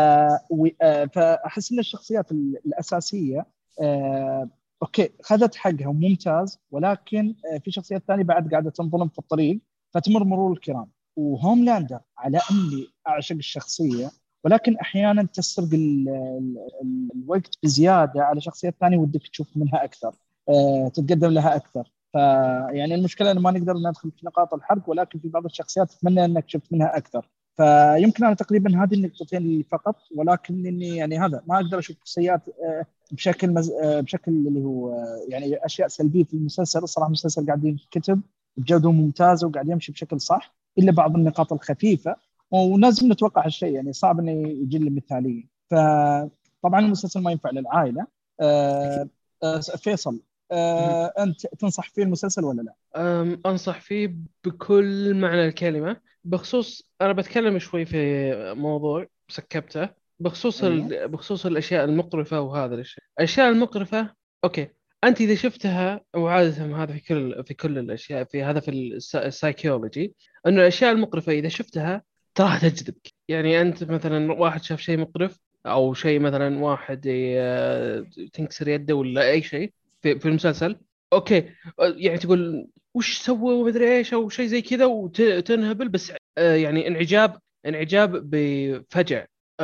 فاحس ان الشخصيات الاساسيه اوكي خذت حقها وممتاز، ولكن في شخصيات ثانيه بعد قاعده تنظلم في الطريق فتمر مرور الكرام. وهوملاندر على اني اعشق الشخصيه، ولكن احيانا تسرق الوقت بزياده على شخصيات ثانيه ودك تشوف منها اكثر، تتقدم لها اكثر. فيعني المشكله انه ما نقدر ندخل في نقاط الحرق، ولكن في بعض الشخصيات اتمنى انك شفت منها اكثر. فيمكن انا تقريبا هذه النقطتين فقط، ولكن اني يعني هذا ما اقدر اشوف شخصيات بشكل اللي هو يعني اشياء سلبيه في المسلسل. الصراحه المسلسل قاعد ينكتب بجوده ممتازه وقاعد يمشي بشكل صح، الا بعض النقاط الخفيفه، ولازم نتوقع هالشيء. يعني صعب انه يجي لي مثاليه. فطبعا المسلسل ما ينفع للعائله. فيصل، انت تنصح فيه المسلسل ولا لا؟ أنصح فيه بكل معنى الكلمة. بخصوص أنا بتكلم شوي في موضوع سكبته بخصوص الأشياء المقرفة، وهذا الأشياء المقرفة. أوكي، أنت إذا شفتها، وعادة هذا في كل الأشياء، في هذا في السايكيولوجي، أنه الأشياء المقرفة إذا شفتها تراها تجذبك. يعني أنت مثلا واحد شاف شيء مقرف، أو شيء مثلا واحد تنكسر يده ولا أي شيء في المسلسل، أوكي، يعني تقول وش سوى ومدري ايش او شيء زي كذا وتنهبل، بس يعني انعجاب بفجع.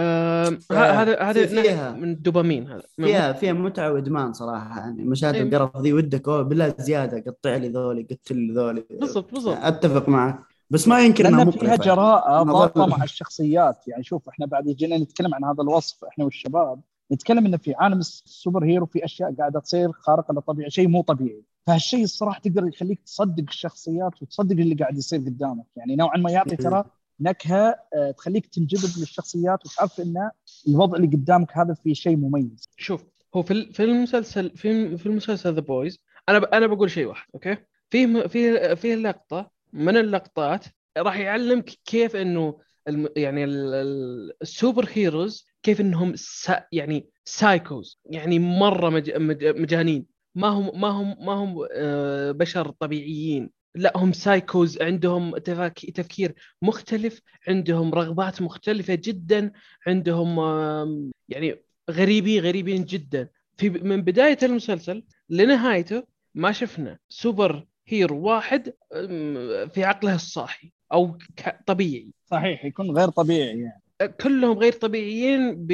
هذا فيها من الدوبامين. هذا فيها متعة وإدمان صراحة. يعني مشاهد القرف ذي ودك بالله زيادة، قطع لي ذولي قتل لي ذولي. بالضبط. أتفق معك، بس ما ينكر إنها لأن مقرفة. فيها جراءة ضابطة نظل مع الشخصيات. يعني شوف احنا بعد جينا نتكلم عن هذا الوصف احنا والشباب، نتكلم انه في عالم السوبر هيرو في اشياء قاعده تصير خارقه للطبيعه، شيء مو طبيعي. فهالشيء الصراحه تقدر يخليك تصدق الشخصيات وتصدق اللي قاعد يصير قدامك. يعني نوعا ما يعطي ترى نكهه تخليك تنجذب للشخصيات وتعرف ان الوضع اللي قدامك هذا فيه شيء مميز. شوف، هو في المسلسل ذا بويز، انا بقول شيء واحد. اوكي، فيه لقطه من اللقطات راح يعلمك كيف انه يعني السوبر هيروز كيف انهم يعني سايكوز، يعني مره مجانين. ما هم بشر طبيعيين، لا هم سايكوز. عندهم تفكير مختلف، عندهم رغبات مختلفة جدا، عندهم يعني غريبين جدا. من بداية المسلسل لنهايته ما شفنا سوبر هيرو واحد في عقله الصاحي أو طبيعي. صحيح، يكون غير طبيعي يعني. كلهم غير طبيعيين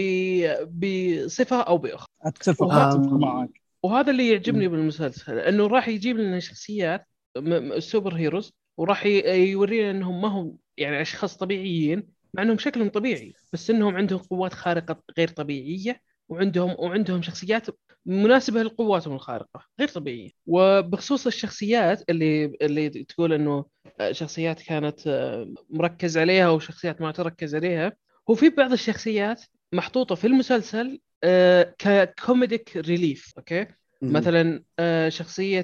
بصفة أو بأخرى. اتفق معك. وهذا اللي يعجبني بالمسلسل، انه راح يجيب لنا شخصيات السوبر هيروز، وراح يورينا انهم ما هم يعني اشخاص طبيعيين، مع انهم شكلهم طبيعي، بس انهم عندهم قوات خارقة غير طبيعية، وعندهم شخصيات مناسبة لقواتهم الخارقة غير طبيعية. وبخصوص الشخصيات اللي تقول انه شخصيات كانت مركز عليها وشخصيات ما تركز عليها، هو في بعض الشخصيات محطوطة في المسلسل ككوميديك ريليف. اوكي، مثلا شخصية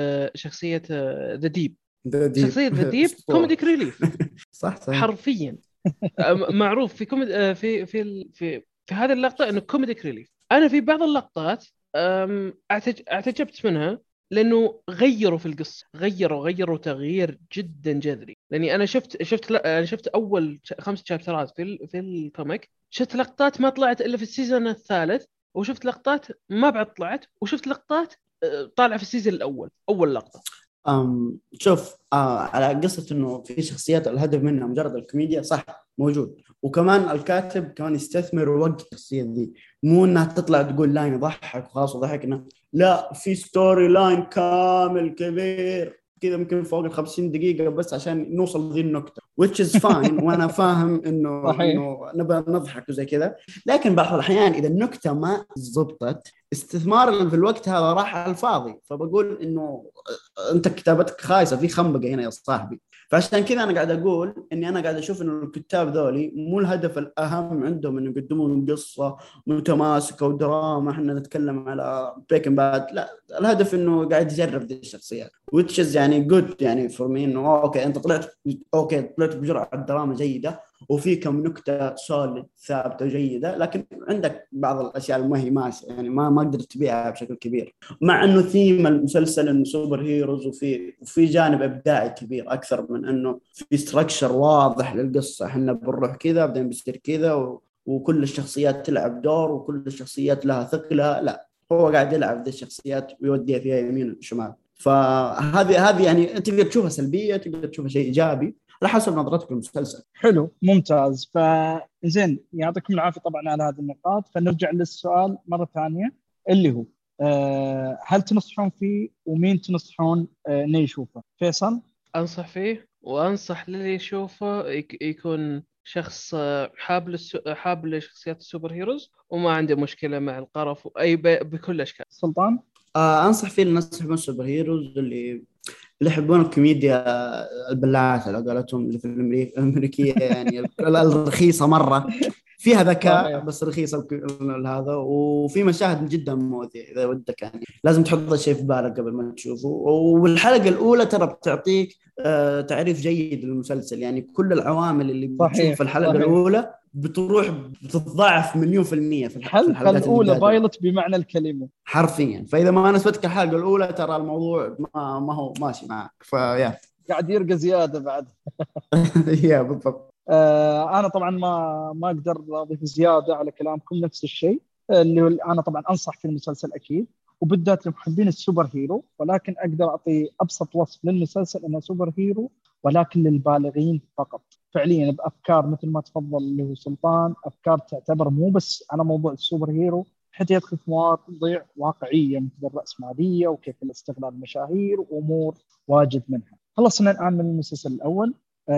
ذا ديب. شخصية ذا ديب كوميديك ريليف صح حرفيا. معروف في كوميدي في هذه اللقطة انه كوميديك ريليف. انا في بعض اللقطات اعتجبت منها، لانه غيروا في القصه، غيروا تغيير جدا جذري. لاني انا شفت اول 5 شابترات في الكوميك، شفت لقطات ما طلعت الا في السيزون الثالث، وشفت لقطات ما بعد طلعت، وشفت لقطات طالعه في السيزون الاول، اول لقطه. شوف، على قصة إنه في شخصيات الهدف منها مجرد الكوميديا، صح، موجود. وكمان الكاتب كمان يستثمر وقت الشخصية دي، مو إنها تطلع تقول لاين يضحك وخلاص وضحكنا، لا، في ستوري لاين كامل كبير كذا، ممكن فوق 50 دقيقة بس عشان نوصل ذي النكتة which is fine. وأنا فاهم إنه نبغى نضحك وزي كذا، لكن بعض الأحيان إذا النكتة ما زبطت، استثمار في الوقت هذا راح على الفاضي. فبقول إنه انت كتابتك خايسه، في خنبقه هنا يا صاحبي. فعشان كذا انا قاعد اقول اني انا قاعد اشوف انه الكتاب ذولي مو الهدف الاهم عندهم انه يقدمون قصه متماسكه ودراما احنا نتكلم على بريكنج باد، لا، الهدف انه قاعد يجرب ذي الشخصيات which is يعني جود يعني فور مي، انه اوكي انت طلعت بجرعه دراما جيده وفي كم نكته سوليد ثابته وجيده، لكن عندك بعض الاشياء المهمه يعني ما قدرت تبيعها بشكل كبير. مع انه ثيم المسلسل انه سوبر هيروز وفي جانب ابداعي كبير اكثر من انه في ستراكشر واضح للقصه، احنا بنروح كذا بعدين بيصير كذا وكل الشخصيات تلعب دور وكل الشخصيات لها ثقلها، لا، هو قاعد يلعب ذي الشخصيات ويوديها فيها يمين وشمال. فهذه يعني تقدر تشوفها سلبيه، تقدر تشوفها شيء ايجابي على حسب نظرتك للمسلسل. حلو، ممتاز. فزين، يعطيكم العافيه طبعا على هذه النقاط. فنرجع للسؤال مره ثانيه اللي هو هل تنصحون فيه ومين تنصحون انه يشوفه؟ فيصل. انصح فيه، وانصح للي يشوفه يكون شخص حاب لشخصيات السوبر هيروز وما عنده مشكله مع القرف بكل اشكال. سلطان. انصح فيه الناس يحبون السوبر هيروز، اللي يحبون الكوميديا البلاعات على قولتهم اللي في الامريكيه يعني الرخيصه مره، فيها ذكاء بس رخيصه هذا، وفي مشاهد جدا مؤذيه اذا ودك يعني لازم تحط الشيء في بالك قبل ما تشوفه. والحلقه الاولى ترى بتعطيك تعريف جيد للمسلسل، يعني كل العوامل اللي بتشوف في الحلقه الاولى بتروح بتتضاعف مليون في المية في الحلقه الاولى بايلوت بمعنى الكلمه حرفيا. فاذا ما نسبتك الحلقه الاولى ترى الموضوع ما هو ماشي معك، فيا قاعد يرقى زياده بعد. يا بالضبط. انا طبعا ما اقدر اضيف زياده على كلامكم، نفس الشيء اللي انا طبعا انصح في المسلسل اكيد، وبالذات لمحبين السوبر هيرو. ولكن اقدر اعطي ابسط وصف للمسلسل انه سوبر هيرو ولكن للبالغين فقط، فعليا بافكار مثل ما تفضل اللي هو سلطان، افكار تعتبر مو بس على موضوع السوبر هيرو، حتى يدخل في مواضيع واقعيه مثل الراسماليه وكيف الاستغلال المشاهير وامور واجد منها. خلصنا الان من المسلسل الاول.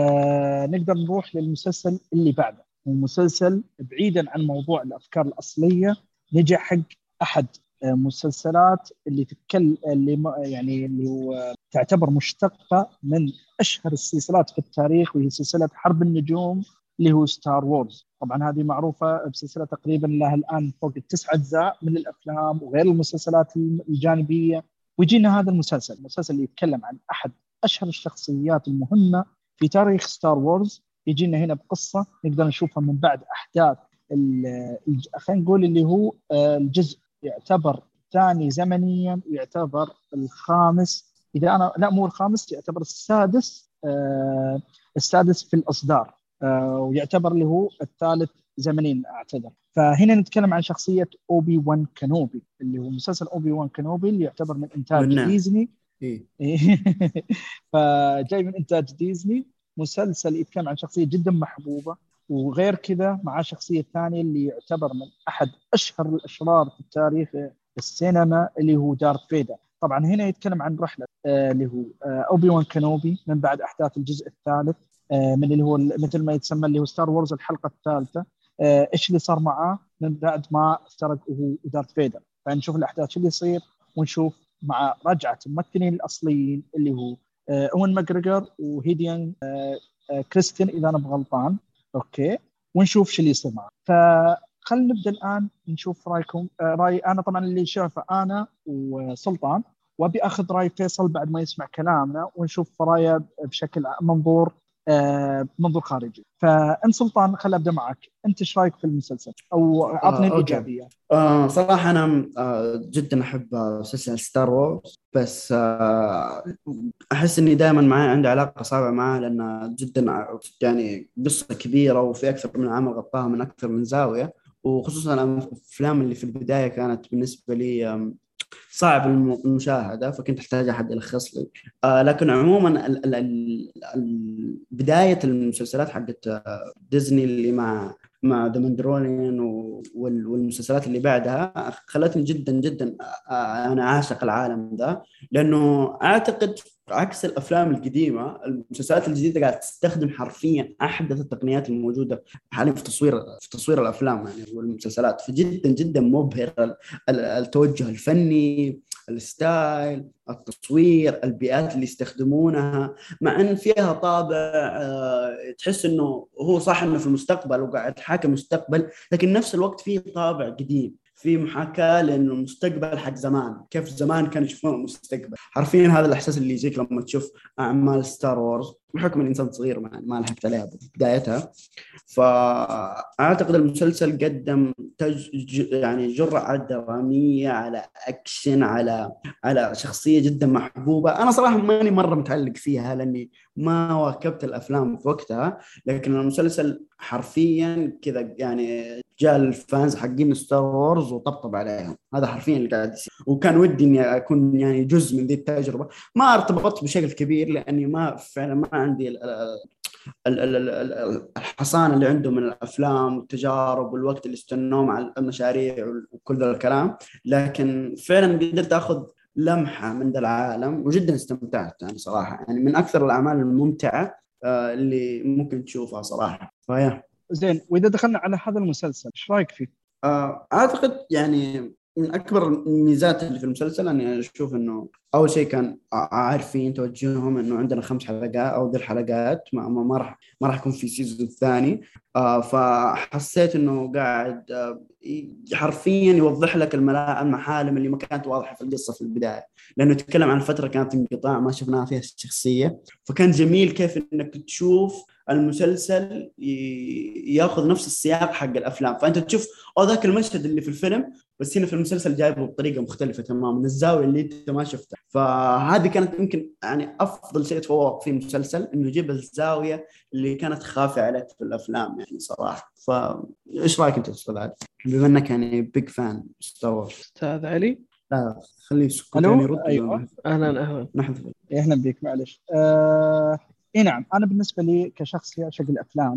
نقدر نروح للمسلسل اللي بعده. المسلسل بعيدا عن موضوع الافكار الاصليه، نجي حق احد مسلسلات اللي تتكلم اللي هو تعتبر مشتقه من اشهر السلسلات في التاريخ، وهي سلسله حرب النجوم اللي هو ستار وورز. طبعا هذه معروفه بسلسله تقريبا لها الان فوق 9 أجزاء من الافلام وغير المسلسلات الجانبيه. ويجينا هذا المسلسل اللي يتكلم عن احد اشهر الشخصيات المهمه في تاريخ ستار وورز. يجينا هنا بقصة نقدر نشوفها من بعد أحداث خلينا نقول اللي هو الجزء يعتبر ثاني زمنيا، يعتبر الخامس، إذا أنا لا مو الخامس، يعتبر السادس في الإصدار، ويعتبر اللي هو الثالث زمنيا أعتذر. فهنا نتكلم عن شخصية أوبي وان كانوبي، اللي هو مسلسل أوبي وان كانوبي اللي يعتبر من إنتاج ديزني. فجاي من إنتاج ديزني، مسلسل يتكلم عن شخصية جدا محبوبة. وغير كذا مع شخصية ثانية اللي يعتبر من أحد أشهر الأشرار في التاريخ السينما اللي هو دارث فيدر. طبعا هنا يتكلم عن رحلة اللي هو أوبي وان كانوبي من بعد أحداث الجزء الثالث من اللي هو مثل ما يتسمى اللي هو ستار وورز الحلقة الثالثة. إيش اللي صار معاه من بعد ما افترق هو ودارث فيدر. فنشوف الأحداث شو اللي يصير، ونشوف مع رجعة الممثلين الأصليين اللي هو أوين ماجريجر وهيديان كريستين إذا أنا بغلطان، أوكي، ونشوف شو اللي يصير معه. فخلنا نبدأ الآن نشوف رأيكم. رأي أنا طبعا اللي شافه أنا وسلطان، وأبي أخذ رأي فيصل بعد ما يسمع كلامنا ونشوف رأيه بشكل منظور بمنظور خارجي. فأنت سلطان، خل أبدأ معك، أنت إيش رأيك في المسلسل أو عطني الإيجابية؟ صراحة أنا جدا أحب سلسلة ستار وورز، بس أحس إني دائما معي عندي علاقة صعبة معها، لأن جدا يعني قصة كبيرة وفي أكثر من عمل غطاها من أكثر من زاوية، وخصوصا الأفلام اللي في البداية كانت بالنسبة لي صعب المشاهدة، فكنت أحتاج أحد يلخص لي. لكن عموما بداية المسلسلات حقت ديزني اللي مع ذا ماندلوريان والمسلسلات اللي بعدها خلتني جدا جدا أنا عاشق العالم ذا، لأنه أعتقد عكس الأفلام القديمة المسلسلات الجديدة قاعدة تستخدم حرفيا أحدث التقنيات الموجودة حاليا في تصوير الأفلام يعني والمسلسلات، فجدا جدا مبهر التوجه الفني، الستايل، التصوير، البيئات اللي يستخدمونها، مع ان فيها طابع تحس انه هو صح انه في المستقبل وقاعد حاكي مستقبل، لكن نفس الوقت فيه طابع قديم، في محاكاة لأنه المستقبل حق زمان، كيف زمان كانوا يشوفون المستقبل. حرفيا هذا الإحساس اللي يجيك لما تشوف أعمال ستار وورز، بحكم الإنسان صغير ما لحقت عليها بدايتها. فأعتقد المسلسل قدم يعني جرعة درامية على أكشن على شخصية جدا محبوبة. أنا صراحة ماني مرة متعلق فيها لأني ما واكبت الأفلام في وقتها، لكن المسلسل حرفيا كذا يعني جاء الفانز حقين ستار وورز وطبطب عليهم، هذا حرفيا اللي قاعد يصير، وكان ودي اني اكون يعني جزء من ذي التجربه. ما ارتبطت بشكل كبير لاني فعلا ما عندي الحصانه اللي عنده من الافلام والتجارب والوقت اللي استنوه مع المشاريع وكل ذا الكلام، لكن فعلا قدرت اخذ لمحه من ذا العالم وجدا استمتعت يعني صراحه، يعني من اكثر الاعمال الممتعه اللي ممكن تشوفها صراحه. فيا زين، وإذا دخلنا على هذا المسلسل إيش رأيك فيه؟ أعتقد يعني من أكبر الميزات اللي في المسلسل أني أشوف أنه أول شيء كان عارفين توجههم أنه عندنا 5 حلقات أو ذي الحلقات ما راح يكون في سيزون ثاني. فحسيت أنه قاعد حرفيا يوضح لك المحالم اللي ما كانت واضحة في القصة في البداية، لأنه يتكلم عن فترة كانت انقطاع ما شفناها فيها الشخصية، فكان جميل كيف أنك تشوف المسلسل ياخذ نفس السياق حق الأفلام، فأنت تشوف ذاك المشهد اللي في الفيلم بس هنا في المسلسل جايبه بطريقة مختلفة تماما من الزاوية اللي أنت ما شفتها. فهذه كانت يمكن يعني أفضل شيء تفوق في المسلسل، إنه يجيب الزاوية اللي كانت خافية عليك في الأفلام يعني صراحة. فإيش رأيك أنت أستاذ علي بما أنك يعني بيج فان ستار وورز؟ أستاذ علي لا خليه يسكت يعني يرد. أيوة. أهلا نحن بيك معلش. نعم، أنا بالنسبة لي كشخص يعشق الأفلام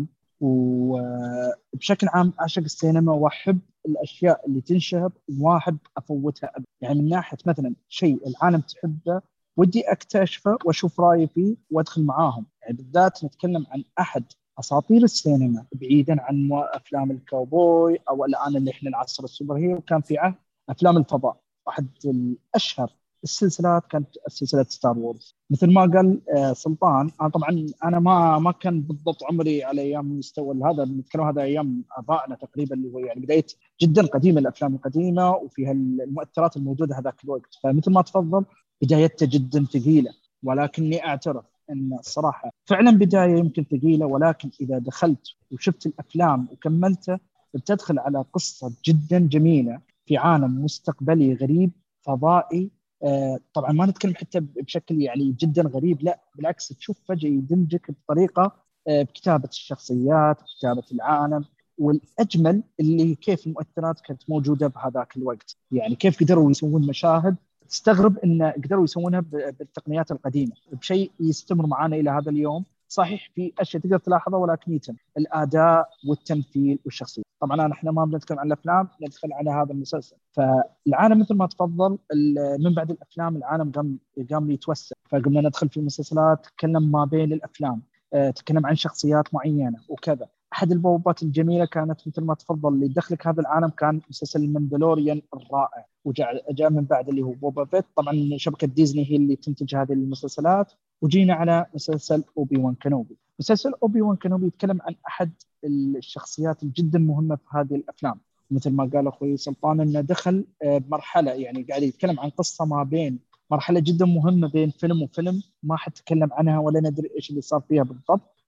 وبشكل عام أعشق السينما وأحب الأشياء اللي تنشهر وما أحب أفوتها أبدا. يعني من ناحية مثلا شيء العالم تحبه ودي أكتشفه وأشوف رأيي فيه وأدخل معاهم، يعني بالذات نتكلم عن أحد أساطير السينما بعيدا عن أفلام الكاوبوي أو الآن اللي إحنا العصر السوبر هيرو، كان في عهد أفلام الفضاء. واحد الأشهر السلسلات كانت سلسلة ستار وورز. مثل ما قال سلطان، أنا طبعا أنا ما كان بالضبط عمري على أيام مستوى هذا، نتكلم هذا أيام آبائنا تقريبا، اللي هو يعني بداية جدا قديمة، الأفلام القديمة وفيها المؤثرات الموجودة هذاك الوقت. فمثل ما تفضل بدايتها جدا ثقيلة، ولكني أعترف أن الصراحة فعلا بداية يمكن ثقيلة، ولكن إذا دخلت وشفت الأفلام وكملته بتدخل على قصة جدا جميلة في عالم مستقبلي غريب فضائي. طبعا ما نتكلم حتى بشكل يعني جدا غريب، لا بالعكس، تشوف فجأة يدمجك بطريقة بكتابة الشخصيات وكتابة العالم، والأجمل اللي كيف المؤثرات كانت موجودة بهذاك الوقت. يعني كيف قدروا يسوون مشاهد تستغرب إن قدروا يسوونها بالتقنيات القديمة بشيء يستمر معنا إلى هذا اليوم. صحيح في أشياء تقدر تلاحظها، ولكن يتم الأداء والتمثيل والشخصية. طبعا احنا ما بنتكلم عن الأفلام، ندخل على هذا المسلسل. فالعالم مثل ما تفضل من بعد الأفلام العالم قام يتوسع، فقمنا ندخل في المسلسلات، تكلم ما بين الأفلام، تكلم عن شخصيات معينة وكذا. أحد البوابات الجميلة كانت مثل ما تفضل اللي دخلك هذا العالم كان مسلسل المندلوريان الرائع، وجاء من بعد اللي هو بوبا فيت. طبعا شبكة ديزني هي اللي تنتج هذه المسلسلات. وجينا على مسلسل أوبي وان كانوبي. مسلسل أوبي وان كانوبي يتكلم عن أحد الشخصيات الجدا مهمة في هذه الأفلام، مثل ما قال أخوي سلطان أنه دخل بمرحلة، يعني قاعد يتكلم عن قصة ما بين مرحلة جدا مهمة بين فيلم وفيلم ما حد تكلم عنها ولا ندري إيش اللي صار فيها بالضبط.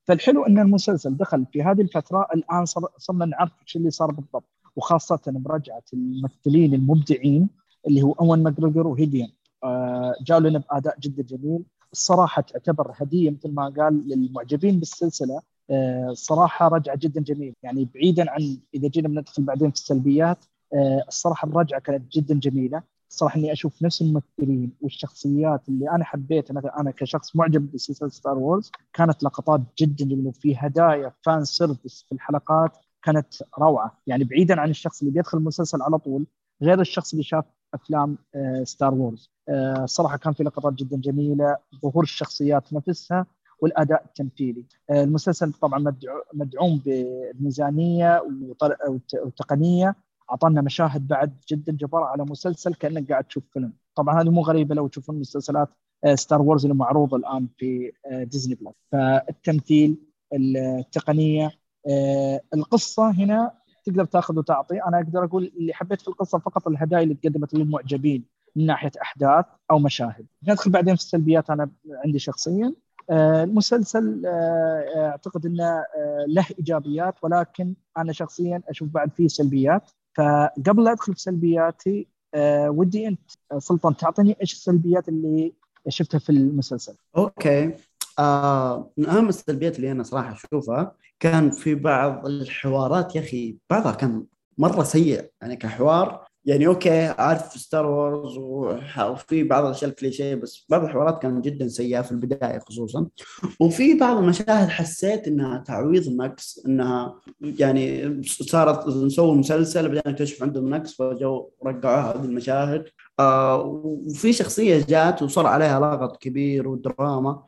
فالحلو ان المسلسل دخل في هذه الفتره. الان صرنا نعرف ايش اللي صار بالضبط، وخاصه برجعه الممثلين المبدعين اللي هو اون ماجريجر وهيديان. جاءوا لنا باداء جدا جميل الصراحه، تعتبر هديه مثل ما قال للمعجبين بالسلسله. الصراحه رجعه جدا جميل، يعني بعيدا عن اذا جينا بندخل بعدين في السلبيات. الصراحه الرجعه كانت جدا جميله. الصراحه اني اشوف نفس الممثلين والشخصيات اللي انا حبيتها، مثلا انا كشخص معجب بسلسله ستار وورز، كانت لقطات جدا جميله وفي هدايا فان سيرفيس في الحلقات كانت روعه. يعني بعيدا عن الشخص اللي بيدخل المسلسل على طول، غير الشخص اللي شاف افلام ستار وورز. الصراحه كان في لقطات جدا جميله، ظهور الشخصيات نفسها والاداء التمثيلي. المسلسل طبعا مدعوم بميزانيه وتقنيه، اعطانا مشاهد بعد جدا جبارة على مسلسل كانك قاعد تشوف فيلم. طبعا هذه مو غريبه لو تشوفون مسلسلات ستار وورز اللي معروضه الان في ديزني بلس. فالتمثيل، التقنيه، القصه هنا تقدر تاخذ وتعطي. انا اقدر اقول اللي حبيت في القصه فقط الهدايا اللي تقدمت للمعجبين من ناحيه احداث او مشاهد. ندخل بعدين في السلبيات. انا عندي شخصيا المسلسل اعتقد انه له ايجابيات، ولكن انا شخصيا اشوف بعد فيه سلبيات. فقبل لا ادخل في سلبياتي، ودي انت سلطان تعطيني ايش السلبيات اللي شفتها في المسلسل. اوكي. من اهم السلبيات اللي انا صراحه اشوفها كان في بعض الحوارات. يا اخي بعضها كان مره سيء يعني كحوار. يعني اوكي عارف ستار وورز وفي بعض الاشياء الكليشيه، بس بعض الحوارات كانت جدا سيئه في البدايه خصوصا. وفي بعض المشاهد حسيت انها تعويض نقص، انها يعني صارت نسوي مسلسل بعدين نكتشف عندهم نقص فجو رجعوها هذه المشاهد. وفي شخصيه جات وصار عليها لغط كبير ودراما.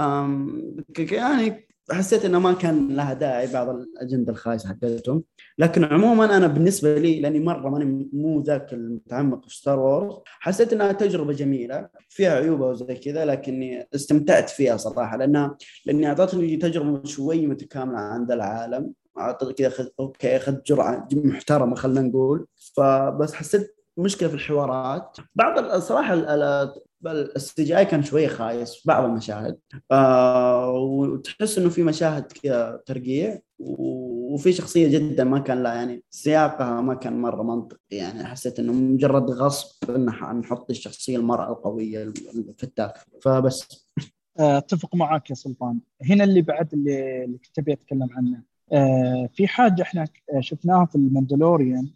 يعني حسيت انه ما كان لها داعي بعض الاجنده الخايسه حقتهم. لكن عموما انا بالنسبه لي لاني مره ماني مو ذاك المتعمق في ستار وورز، حسيت انها تجربه جميله فيها عيوبها وزي كذا، لكني استمتعت فيها صراحه لاني اعطتني تجربه شوي متكامله عند العالم. اعطيت كذا اوكي اخذت جرعه محترمه خلينا نقول. فبس حسيت مشكله في الحوارات. بعض الصراحه السي جي اي كان شويه خايس في بعض المشاهد. وتحس انه في مشاهد كذا ترقيع، وفي شخصيه جدا ما كان لها يعني سياقها ما كان مره منطقي. يعني حسيت انه مجرد غصب انه نحط الشخصيه المراه القويه الفتاك فبس. اتفق معك يا سلطان. هنا اللي بعد اللي كنت ابي اتكلم عنه، في حاجه احنا شفناها في الماندلوريان،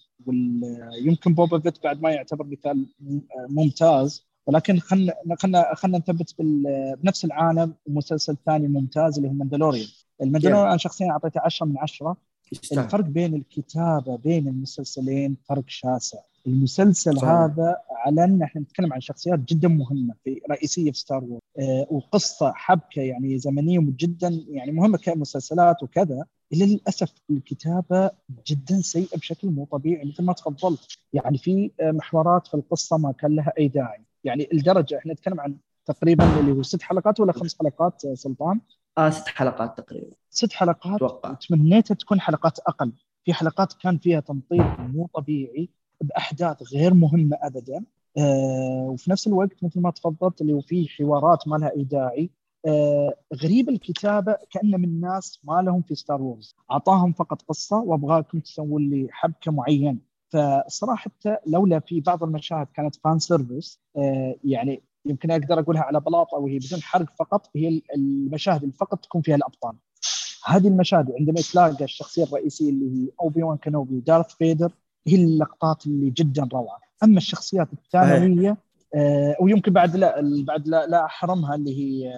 ويمكن بوبا فيت بعد ما يعتبر مثال ممتاز، ولكن خلنا نثبت بنفس العالم مسلسل ثاني ممتاز اللي هو ماندلوريان. الماندلوريان انا شخصيا اعطيته 10 من 10. الفرق بين الكتابه بين المسلسلين فرق شاسع. المسلسل صحيح. هذا على ان احنا نتكلم عن شخصيات جدا مهمه في رئيسيه في ستار وورز، وقصه حبكه يعني زمنيه جدا يعني مهمه كمسلسلات وكذا. للاسف الكتابه جدا سيئه بشكل مو طبيعي مثل ما تفضلت. يعني في محورات في القصه ما كان لها اي داعي، يعني الدرجه احنا نتكلم عن تقريبا اللي هو 6 حلقات ولا 5 حلقات سلطان؟ 6 حلقات تقريبا. 6 حلقات تمنيتها تكون حلقات اقل. في حلقات كان فيها تمطيط مو طبيعي باحداث غير مهمه ابدا. وفي نفس الوقت مثل ما تفضلت اللي هو فيه حوارات ما لها اي داعي. غريب الكتابه، كأنه من ناس ما لهم في ستار وورز، اعطاهم فقط قصه وابغاكم تسوون لي حبكه معينه. فالصراحه لولا في بعض المشاهد كانت فان سيرفيس، يعني يمكن اقدر اقولها على بلاط او هي بدون حرق فقط، هي المشاهد اللي فقط تكون فيها الابطال. هذه المشاهد عندما تلاقى الشخصيه الرئيسيه اللي هي اوبي وان كانوبي ودارث فيدر، هي اللقطات اللي جدا روعه. اما الشخصيات الثانويه ويمكن بعد لا احرمها اللي هي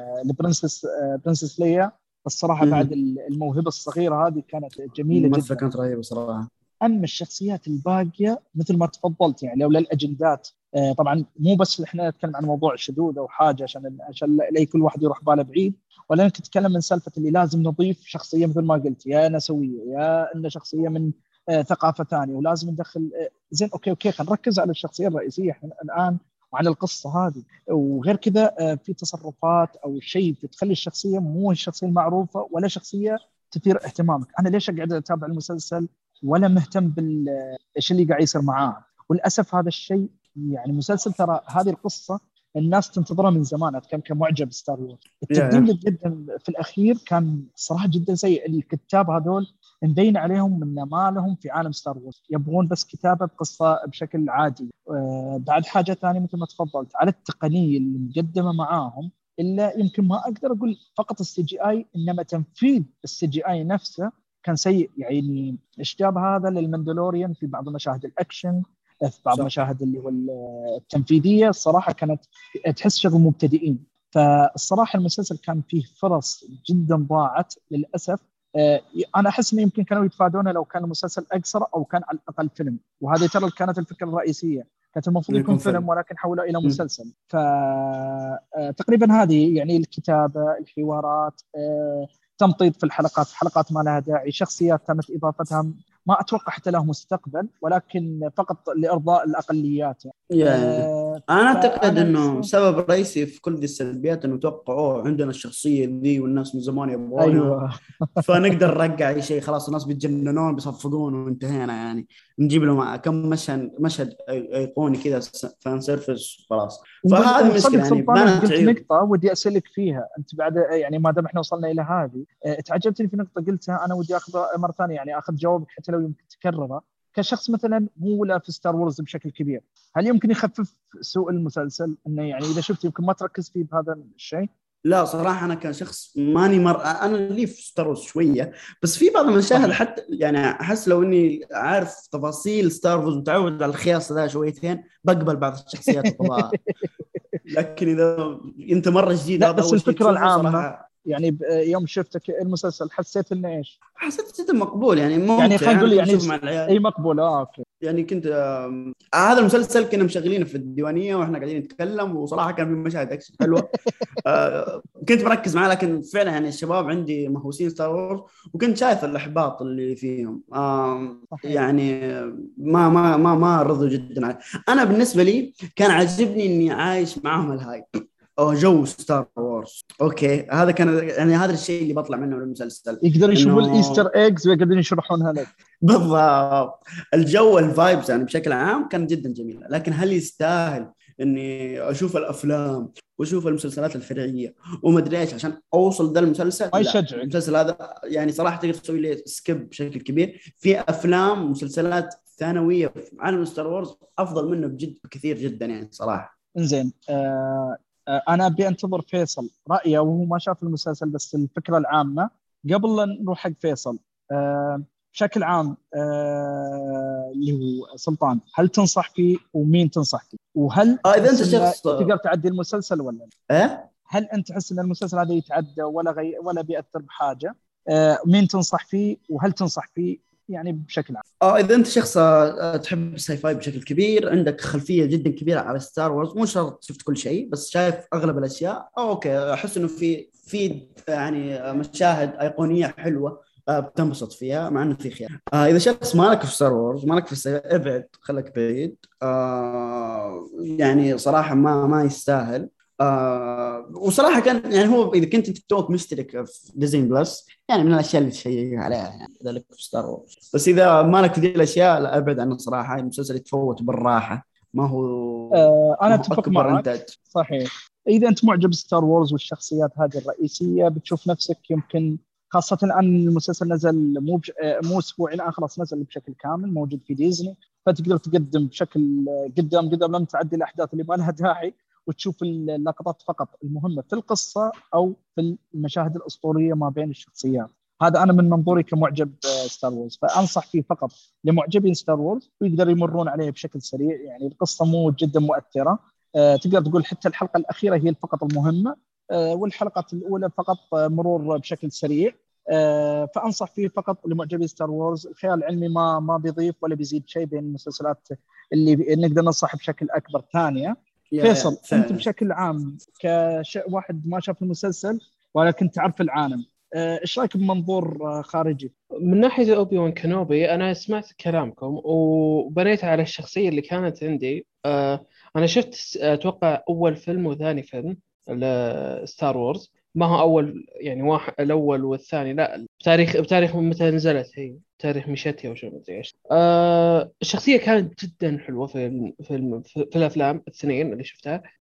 البرنسس ليا. الصراحه بعد الموهبه الصغيره هذه كانت جميله جدا، كانت رهيبه صراحه. اما الشخصيات الباقيه مثل ما تفضلت يعني لولا الاجندات، طبعا مو بس احنا نتكلم عن موضوع الشذوذ او حاجه عشان لا كل واحد يروح باله بعيد، ولا نتكلم من سالفه اللي لازم نضيف شخصيه مثل ما قلت يا نسويه يا ان شخصيه من ثقافه ثانيه ولازم ندخل زين. اوكي خلينا نركز على الشخصيه الرئيسيه احنا الان وعلى القصه هذه. وغير كذا في تصرفات او شيء تخلي الشخصيه مو الشخصيه المعروفه ولا شخصيه تثير اهتمامك. انا ليش اقعد اتابع المسلسل ولا مهتم بالشيء اللي قاعد يصير معاه؟ وللاسف هذا الشيء يعني مسلسل ترى هذه القصه الناس تنتظرها من زمان. كان كمعجب ستار وورز التقديم جدا في الأخير كان صراحة جدا سيء. الكتاب هذول مبين عليهم من ما لهم في عالم ستار وورز، يبغون بس كتابة قصة بشكل عادي. بعد حاجة ثانية مثل ما تفضلت على التقنية اللي مقدمة معاهم، إلا يمكن ما أقدر أقول فقط السي جي آي، إنما تنفيذ السي جي آي نفسه كان سيء. يعني اشتبه هذا للمندلوريان في بعض مشاهد الأكشن، في بعض مشاهد اللي هو التنفيذية الصراحة كانت تحس شغل مبتدئين. فالصراحة المسلسل كان فيه فرص جدا ضاعت للأسف. أنا أحس إنه يمكن كانوا يتفادونه لو كان المسلسل أقصر أو كان على الأقل فيلم، وهذه ترى كانت الفكرة الرئيسية. كانت المفروض يكون فيلم ولكن حولوا إلى مسلسل. فتقريبا هذه يعني الكتابة، الحوارات، تمطيط في الحلقات، حلقات ما لها داعي، شخصيات تمت إضافتها ما أتوقع حتى له مستقبل، ولكن فقط لإرضاء الأقليات. أنا أعتقد أنه سبب رئيسي في كل ذي السلبيات أنه توقعوا عندنا الشخصية ذي والناس من زمان يبغونها. أيوة. فنقدر نرجع أي شيء، خلاص الناس بيتجننون بيصفقون وانتهينا. يعني نجيب لهم كم مشهد أيقوني كذا فان سيرفس خلاص. فهذه مشكلة. يعني قلت نقطة ودي أسألك فيها أنت بعد، يعني ما دام إحنا وصلنا إلى هذه، تعجبتني في نقطة قلتها، أنا ودي أخذ مرة ثانية، يعني أخذ جوابك حتى لو يمكن تكرره. كشخص مثلا مو لا في ستار وورز بشكل كبير، هل يمكن يخفف سوء المسلسل؟ إنه يعني إذا شفت يمكن ما تركز فيه بهذا الشيء. لا صراحة أنا كشخص ماني أنا لي في ستار وورز شوية، بس في بعض المشاهد حتى يعني أحس لو إني عارف تفاصيل ستار وورز متعود على الخياس ذا شويتين بقبل بعض الشخصيات الفضاء. لكن إذا أنت مرة جديد هذا بس الفكرة العامة يعني يوم شفتك المسلسل حسيت إنه إيش؟ حسيت جدا مقبول، يعني ممتع. يعني خلينا نقول يعني أي مقبول. أوكي. يعني كنت هذا المسلسل كنا مشغلينه في الديوانية وإحنا قاعدين نتكلم، وصراحة كان في مشاهد أكشن حلوة. كنت مركز معاه، لكن فعلا يعني الشباب عندي مهووسين ستار وورز، وكنت شايف الإحباط اللي فيهم. يعني ما رضوا جدا عليه. أنا بالنسبة لي كان عجبني إني عايش معهم الهايب أو جو ستار وورز. أوكي، هذا كان يعني هذا الشيء اللي بطلع منه من المسلسل. يقدر يشوفوا الإيستر إيجز ويقدرون يشرحونها لك. بالضبط. الجو الفايبز يعني بشكل عام كان جدا جميلة، لكن هل يستاهل إني أشوف الأفلام وأشوف المسلسلات الفرعية وما أدري إيش عشان أوصل ذا المسلسل؟ ما يشجع المسلسل هذا يعني صراحة تقدر تسوي لي سكيب بشكل كبير. في أفلام ومسلسلات ثانوية في عالم ستار وورز أفضل منه بجد كثير جدا يعني صراحة. إنزين، أنا أبي أنتظر فيصل رأيه وهو ما شاف المسلسل، بس الفكرة العامة قبل لا نروح حق فيصل. بشكل عام اللي هو سلطان، هل تنصح فيه ومين تنصح فيه؟ وهل إذا أنت شخص تقدر تعدي المسلسل ولا لا؟ هل أنت تحس أن المسلسل هذا يتعدى ولا بيأثر بحاجة؟ مين تنصح فيه وهل تنصح فيه يعني بشكل عام؟ إذا أنت شخص تحب الساي فاي بشكل كبير، عندك خلفية جدا كبيرة على ستار وورز، مو شرط شفت كل شيء بس شايف أغلب الأشياء، أوكي أحس إنه في يعني مشاهد أيقونية حلوة بتنبسط فيها، مع إنه في خيار. إذا شخص مالك في ستار وورز مالك في الساي، ابعد، خلك بعيد. يعني صراحة ما يستاهل. وصراحة كان يعني هو إذا كنت توك مشترك في ديزني بلس يعني من الأشياء اللي تشيك عليها يعني ذلك في ستار وورز. بس إذا مالك في ذي الأشياء لا، أبعد عنه صراحة. المسلسل يتفوت بالراحة، ما هو أنا أتفق معك صحيح. إذا أنت معجب ستار وورز والشخصيات هذه الرئيسية بتشوف نفسك يمكن، خاصة أن المسلسل نزل مو أسبوعين الآن، خلاص نزل بشكل كامل موجود في ديزني، فتقدر تقدم بشكل قدام لم تعدي الأحداث اللي ما لها داعي، وتشوف اللقطات فقط المهمة في القصة أو في المشاهد الأسطورية ما بين الشخصيات. هذا أنا من منظوري كمعجب ستار وورز، فأنصح فيه فقط لمعجبين ستار وورز ويقدر يمرون عليه بشكل سريع. يعني القصة مو جدا مؤثرة، تقدر تقول حتى الحلقة الأخيرة هي فقط المهمة، والحلقة الأولى فقط مرور بشكل سريع. فأنصح فيه فقط لمعجبين ستار وورز. الخيال العلمي ما بيضيف ولا بيزيد شيء بين المسلسلات اللي نقدر ننصح بشكل أكبر. ثانية فيصل، أنت بشكل عام كواحد ما شاف المسلسل ولكن تعرف العالم، إيش رأيك بمنظور خارجي؟ من ناحية أوبي وان كانوبي، أنا سمعت كلامكم وبنيت على الشخصية اللي كانت عندي. أنا شفت أتوقع أول فيلم وثاني فيلم لستار وورز، ما هو أول يعني واحد الأول والثاني، لا بتاريخ متى نزلت هي، تاريخ مشتها وشو مدري إيش. الشخصية كانت جدا حلوة في الأفلام الاثنين اللي شفتها.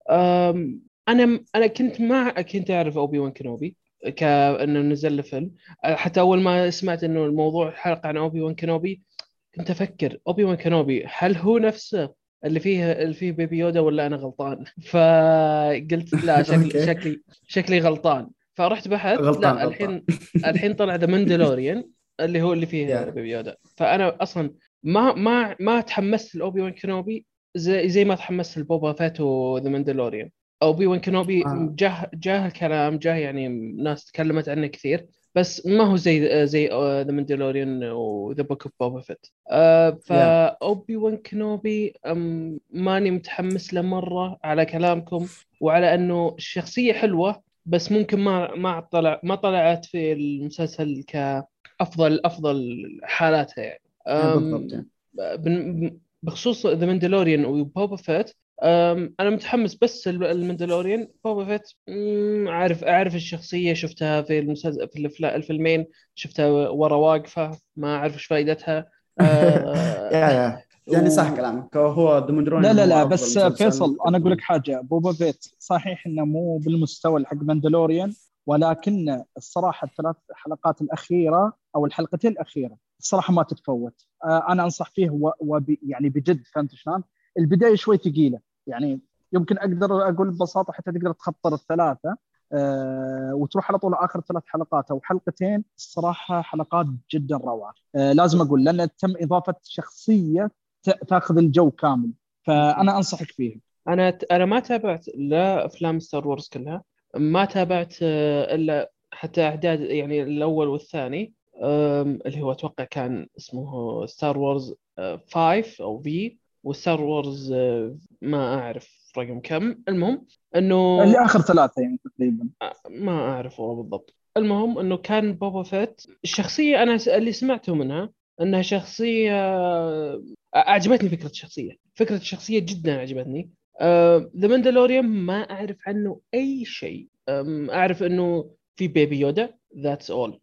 انا كنت اعرف اوبي وان كينوبي كانه نزل له فيلم. حتى اول ما سمعت انه الموضوع حلقه عن اوبي وان كينوبي كنت افكر اوبي وان كينوبي هل هو نفسه اللي فيه بيبي يودا ولا انا غلطان. فقلت لا، اوكي. شكلي غلطان. فرحت بحثت، غلطان لا غلطان. الحين طلع ذا ماندلوريان اللي فيه يا بيبي يودا. فانا اصلا ما تحمست لاوبي وان كينوبي زي ما تحمست لبوبا فات وذا ماندلوريان. اوبي وان كينوبي آه. جاه الكلام، جاه يعني ناس تكلمت عنه كثير، بس ما هو زي ذا ماندلوريان وذا بوك اوف بوبا فيت. يا فأوبي وان كينوبي ماني متحمس له مرة على كلامكم، وعلى أنه الشخصية حلوة، بس ممكن ما طلعت في المسلسل كأفضل حالاتها يعني. بالضبط يعني. بخصوص ذا ماندلوريان وبوبا فيت، انا متحمس، بس المندلوريان بوبا فيت اعرف الشخصيه، شفتها في المسلسل في الفيلمين، شفتها ورا واقفه ما اعرف ايش فائدتها. يا يعني صح و... كلامك، هو لا دومودرون لا هو لا، افضل بس مسلسل فيصل انا اقول لك قدموه. حاجه. بوبا فيت صحيح انه مو بالمستوى حق ماندلوريان، ولكن الصراحه الثلاث حلقات الاخيره او الحلقتين الاخيره الصراحه ما تتفوت. انا انصح فيه يعني بجد. فهمت شلون؟ البدايه شوي ثقيله يعني، يمكن اقدر اقول ببساطه حتى تقدر تخطر الثلاثه وتروح على طول اخر ثلاث حلقات او حلقتين. الصراحه حلقات جدا روعه. لازم اقول لان تم اضافه شخصيه تاخذ الجو كامل، فانا انصحك فيه. انا ما تابعت لا افلام ستار وورز كلها، ما تابعت الا حتى اعداد يعني الاول والثاني. اللي هو اتوقع كان اسمه ستار وورز 5 او في، وستار وورز ما اعرف رقم كم. المهم انه اللي اخر ثلاثه يعني تقريبا. ما اعرف والله بالضبط. المهم انه كان بوبا فيت الشخصيه، انا اللي سمعته منها انها شخصيه اعجبتني. فكره الشخصيه جدا عجبتني. ذا ماندلوريان ما اعرف عنه اي شيء. اعرف انه في بيبي يودا، ذاتس اول.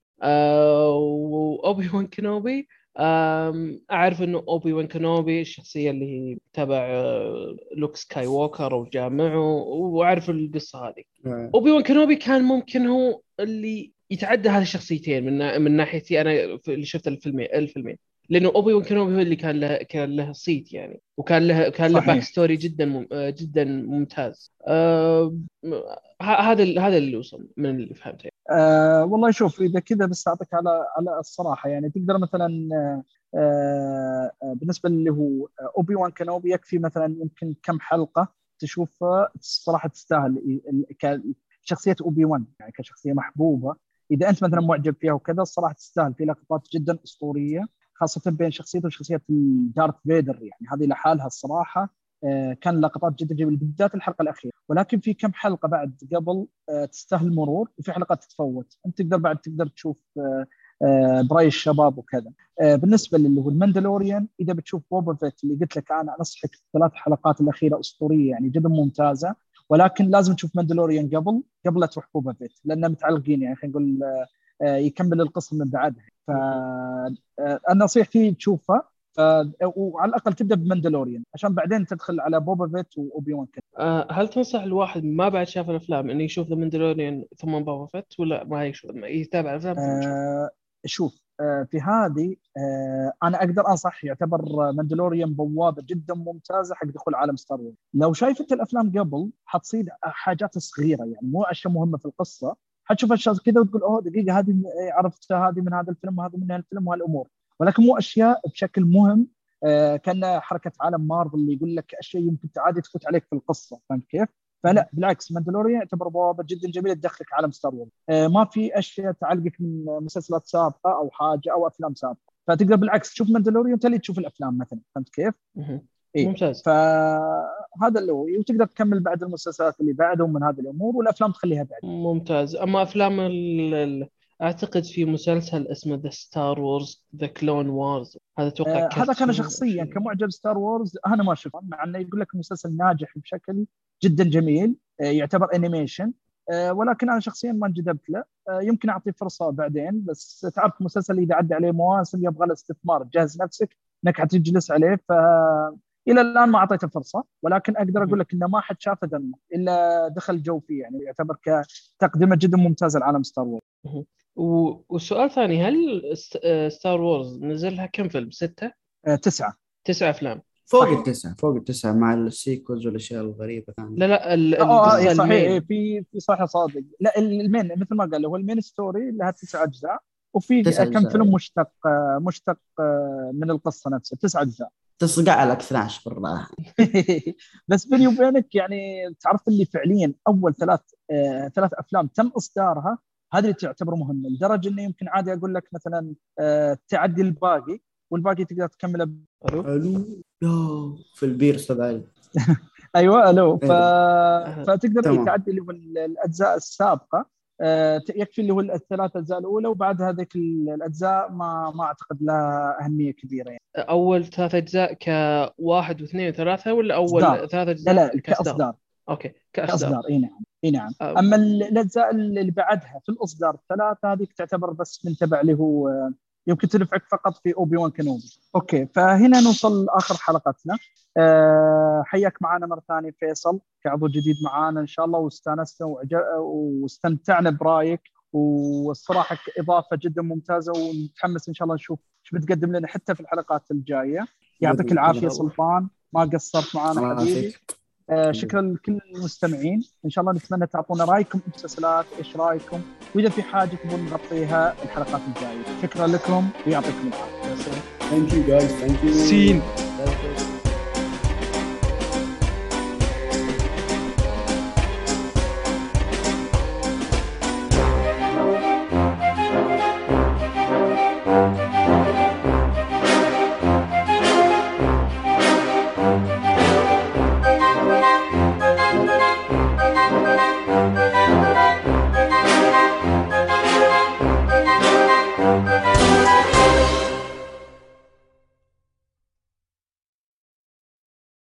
واوبي وان كينوبي، اعرف انه اوبي وان كينوبي الشخصيه اللي هي تبع لوك سكاي ووكر وجامعه، واعرف القصه هذه. اوبي وان كانوبي كان ممكن هو اللي يتعدى هذه الشخصيتين من ناحيتي انا اللي شفت الفيلمين. لانه اوبي وان كانوبي هو اللي كان له صيت يعني، وكان له باك صحيح. ستوري جدا ممتاز. هذا اللي وصل من اللي فهمته يعني. والله شوف، اذا كذا بس اعطيك على الصراحه يعني، تقدر مثلا بالنسبه اللي هو اوبي وان كانوبي يكفي مثلا يمكن كم حلقه تشوفها الصراحه تستاهل. كشخصيه اوبي وان يعني كشخصيه محبوبه، اذا انت مثلا معجب فيها وكذا الصراحه تستاهل. في لقطات جدا اسطوريه خاصه بين شخصيته وشخصيه دارث فيدر، يعني هذه لحالها الصراحه كان لقطات جدا جميله بالذات الحلقه الاخيره. ولكن في كم حلقه بعد قبل تستاهل المرور، وفي حلقات تتفوت. انت تقدر تشوف برأي الشباب وكذا. بالنسبه اللي هو الماندلوريان، اذا بتشوف بوبا فيت اللي قلت لك انا انصحك الثلاث حلقات الاخيره اسطوريه يعني جدا ممتازه. ولكن لازم تشوف ماندلوريان قبل لا تروح بوبا فيت، لانه متعلقين يعني. خلينا نقول يكمل القصه من بعدها. فالنصيحتي تشوفها. وعلى الاقل تبدا بماندلوريان عشان بعدين تدخل على بوبا فيت واوبي وان كذا. هل تنصح الواحد ما بعد شاف الافلام انه يشوف ذا ماندلوريان ثم بوبا فيت، ولا ما يتابع الافلام ثم يشوف؟ شوف في هذه انا اقدر انصح. يعتبر ماندلوريان بوابه جدا ممتازه حق دخول عالم ستار وورز. لو شايف انت الافلام قبل حتصيد حاجات صغيره يعني مو اشياء مهمه في القصه. حتشوف اشياء كذا وتقول اوه دقيقه هذه عرفت هذه من هذا الفيلم وهذه من هالفيلم وهالامور، ولكن مو اشياء بشكل مهم. كان حركه عالم مارفل اللي يقول لك اشياء يمكن عادي تفوت عليك في القصه. فهمت كيف؟ فلا بالعكس، ماندلوريان يعتبر بوابه جدا جميله تدخلك عالم ستار وورز. ما في اشياء تعلقك من مسلسلات سابقه او حاجه او افلام سابقه. فتقدر بالعكس تشوف ماندلوريان تلي تشوف الافلام مثلا. فهمت كيف؟ اي. ممتاز. فهذا اللي هو، وتقدر تكمل بعد المسلسلات اللي بعدهم من هذه الامور، والافلام تخليها بعد. ممتاز. اما افلام اعتقد في مسلسل اسمه ذا ستار وورز ذا كلون وورز، هذا اتوقع هذا كان كرتون او شخصيا شيء. كمعجب ستار وورز انا ما شفته، مع انه يقول لك المسلسل ناجح بشكل جدا جميل. يعتبر انيميشن. ولكن انا شخصيا ما انجذبت له. يمكن اعطيه فرصه بعدين. بس تعرف المسلسل اذا عدى عليه مواسم يبغى له استثمار، تجهز نفسك انك حتجلس عليه. الى الان ما اعطيته فرصه، ولكن اقدر اقول لك انه ما حد شافه دنمارك الا دخل جو فيه، يعني يعتبر كتقدمه جدا ممتازه لعالم ستار وورز. والسؤال ثاني، هل ستار وورز نزلها كم فيلم؟ 6؟ 9. 9 أفلام. فوق التسعة مع السيكولز والاشياء الغريبه ثانيه. لا القصة صحيح. المين. في صحيح صادق. لا المين مثل ما قال، هو المين ستوري لها 9 اجزاء، وفي 9 كم أجزاء. فيلم مشتق من القصه نفسها، 9 اجزاء. تصقع لك 12 بالراحه. بس بيني وبينك يعني تعرف اللي فعليا اول ثلاث افلام تم اصدارها، هذه اللي تعتبر مهمه، لدرجه انه يمكن عادي اقول لك مثلا تعدي الباقي، والباقي تقدر تكمله. الو في البير استاذ علي. ايوه الو. إيه. فتقدر تعدي اللي هو الاجزاء السابقه، يكفي اللي هو الثلاث اجزاء الاولى، وبعد هذيك الاجزاء ما اعتقد لها اهميه كبيره يعني. اول 3 اجزاء كواحد واثنين وثلاثه، ولا اول إصدار. 3 اجزاء لا كاصدار. اوكي كاصدار. اي نعم. اما الاجزاء اللي بعدها في الاصدار الثلاثه هذيك تعتبر بس من تبع اللي هو يمكن تنفعك فقط في اوبي وان كانوبي. اوكي، فهنا نوصل لاخر حلقتنا. حياك معنا مره ثانيه فيصل كعضو جديد معنا ان شاء الله، واستانسنا واستمتعنا برايك، والصراحه اضافه جدا ممتازه، ونتحمس ان شاء الله نشوف ايش بتقدم لنا حتى في الحلقات الجايه. يعطيك العافيه سلطان، ما قصرت معنا حبيبي. شكرا لكل المستمعين، ان شاء الله نتمنى تعطونا رايكم في المسلسلات، ايش رايكم، واذا في حاجه تبون نغطيها الحلقات الجايه. شكرا لكم ويعطيكم العافيه. Thank you guys. Thank you. سين.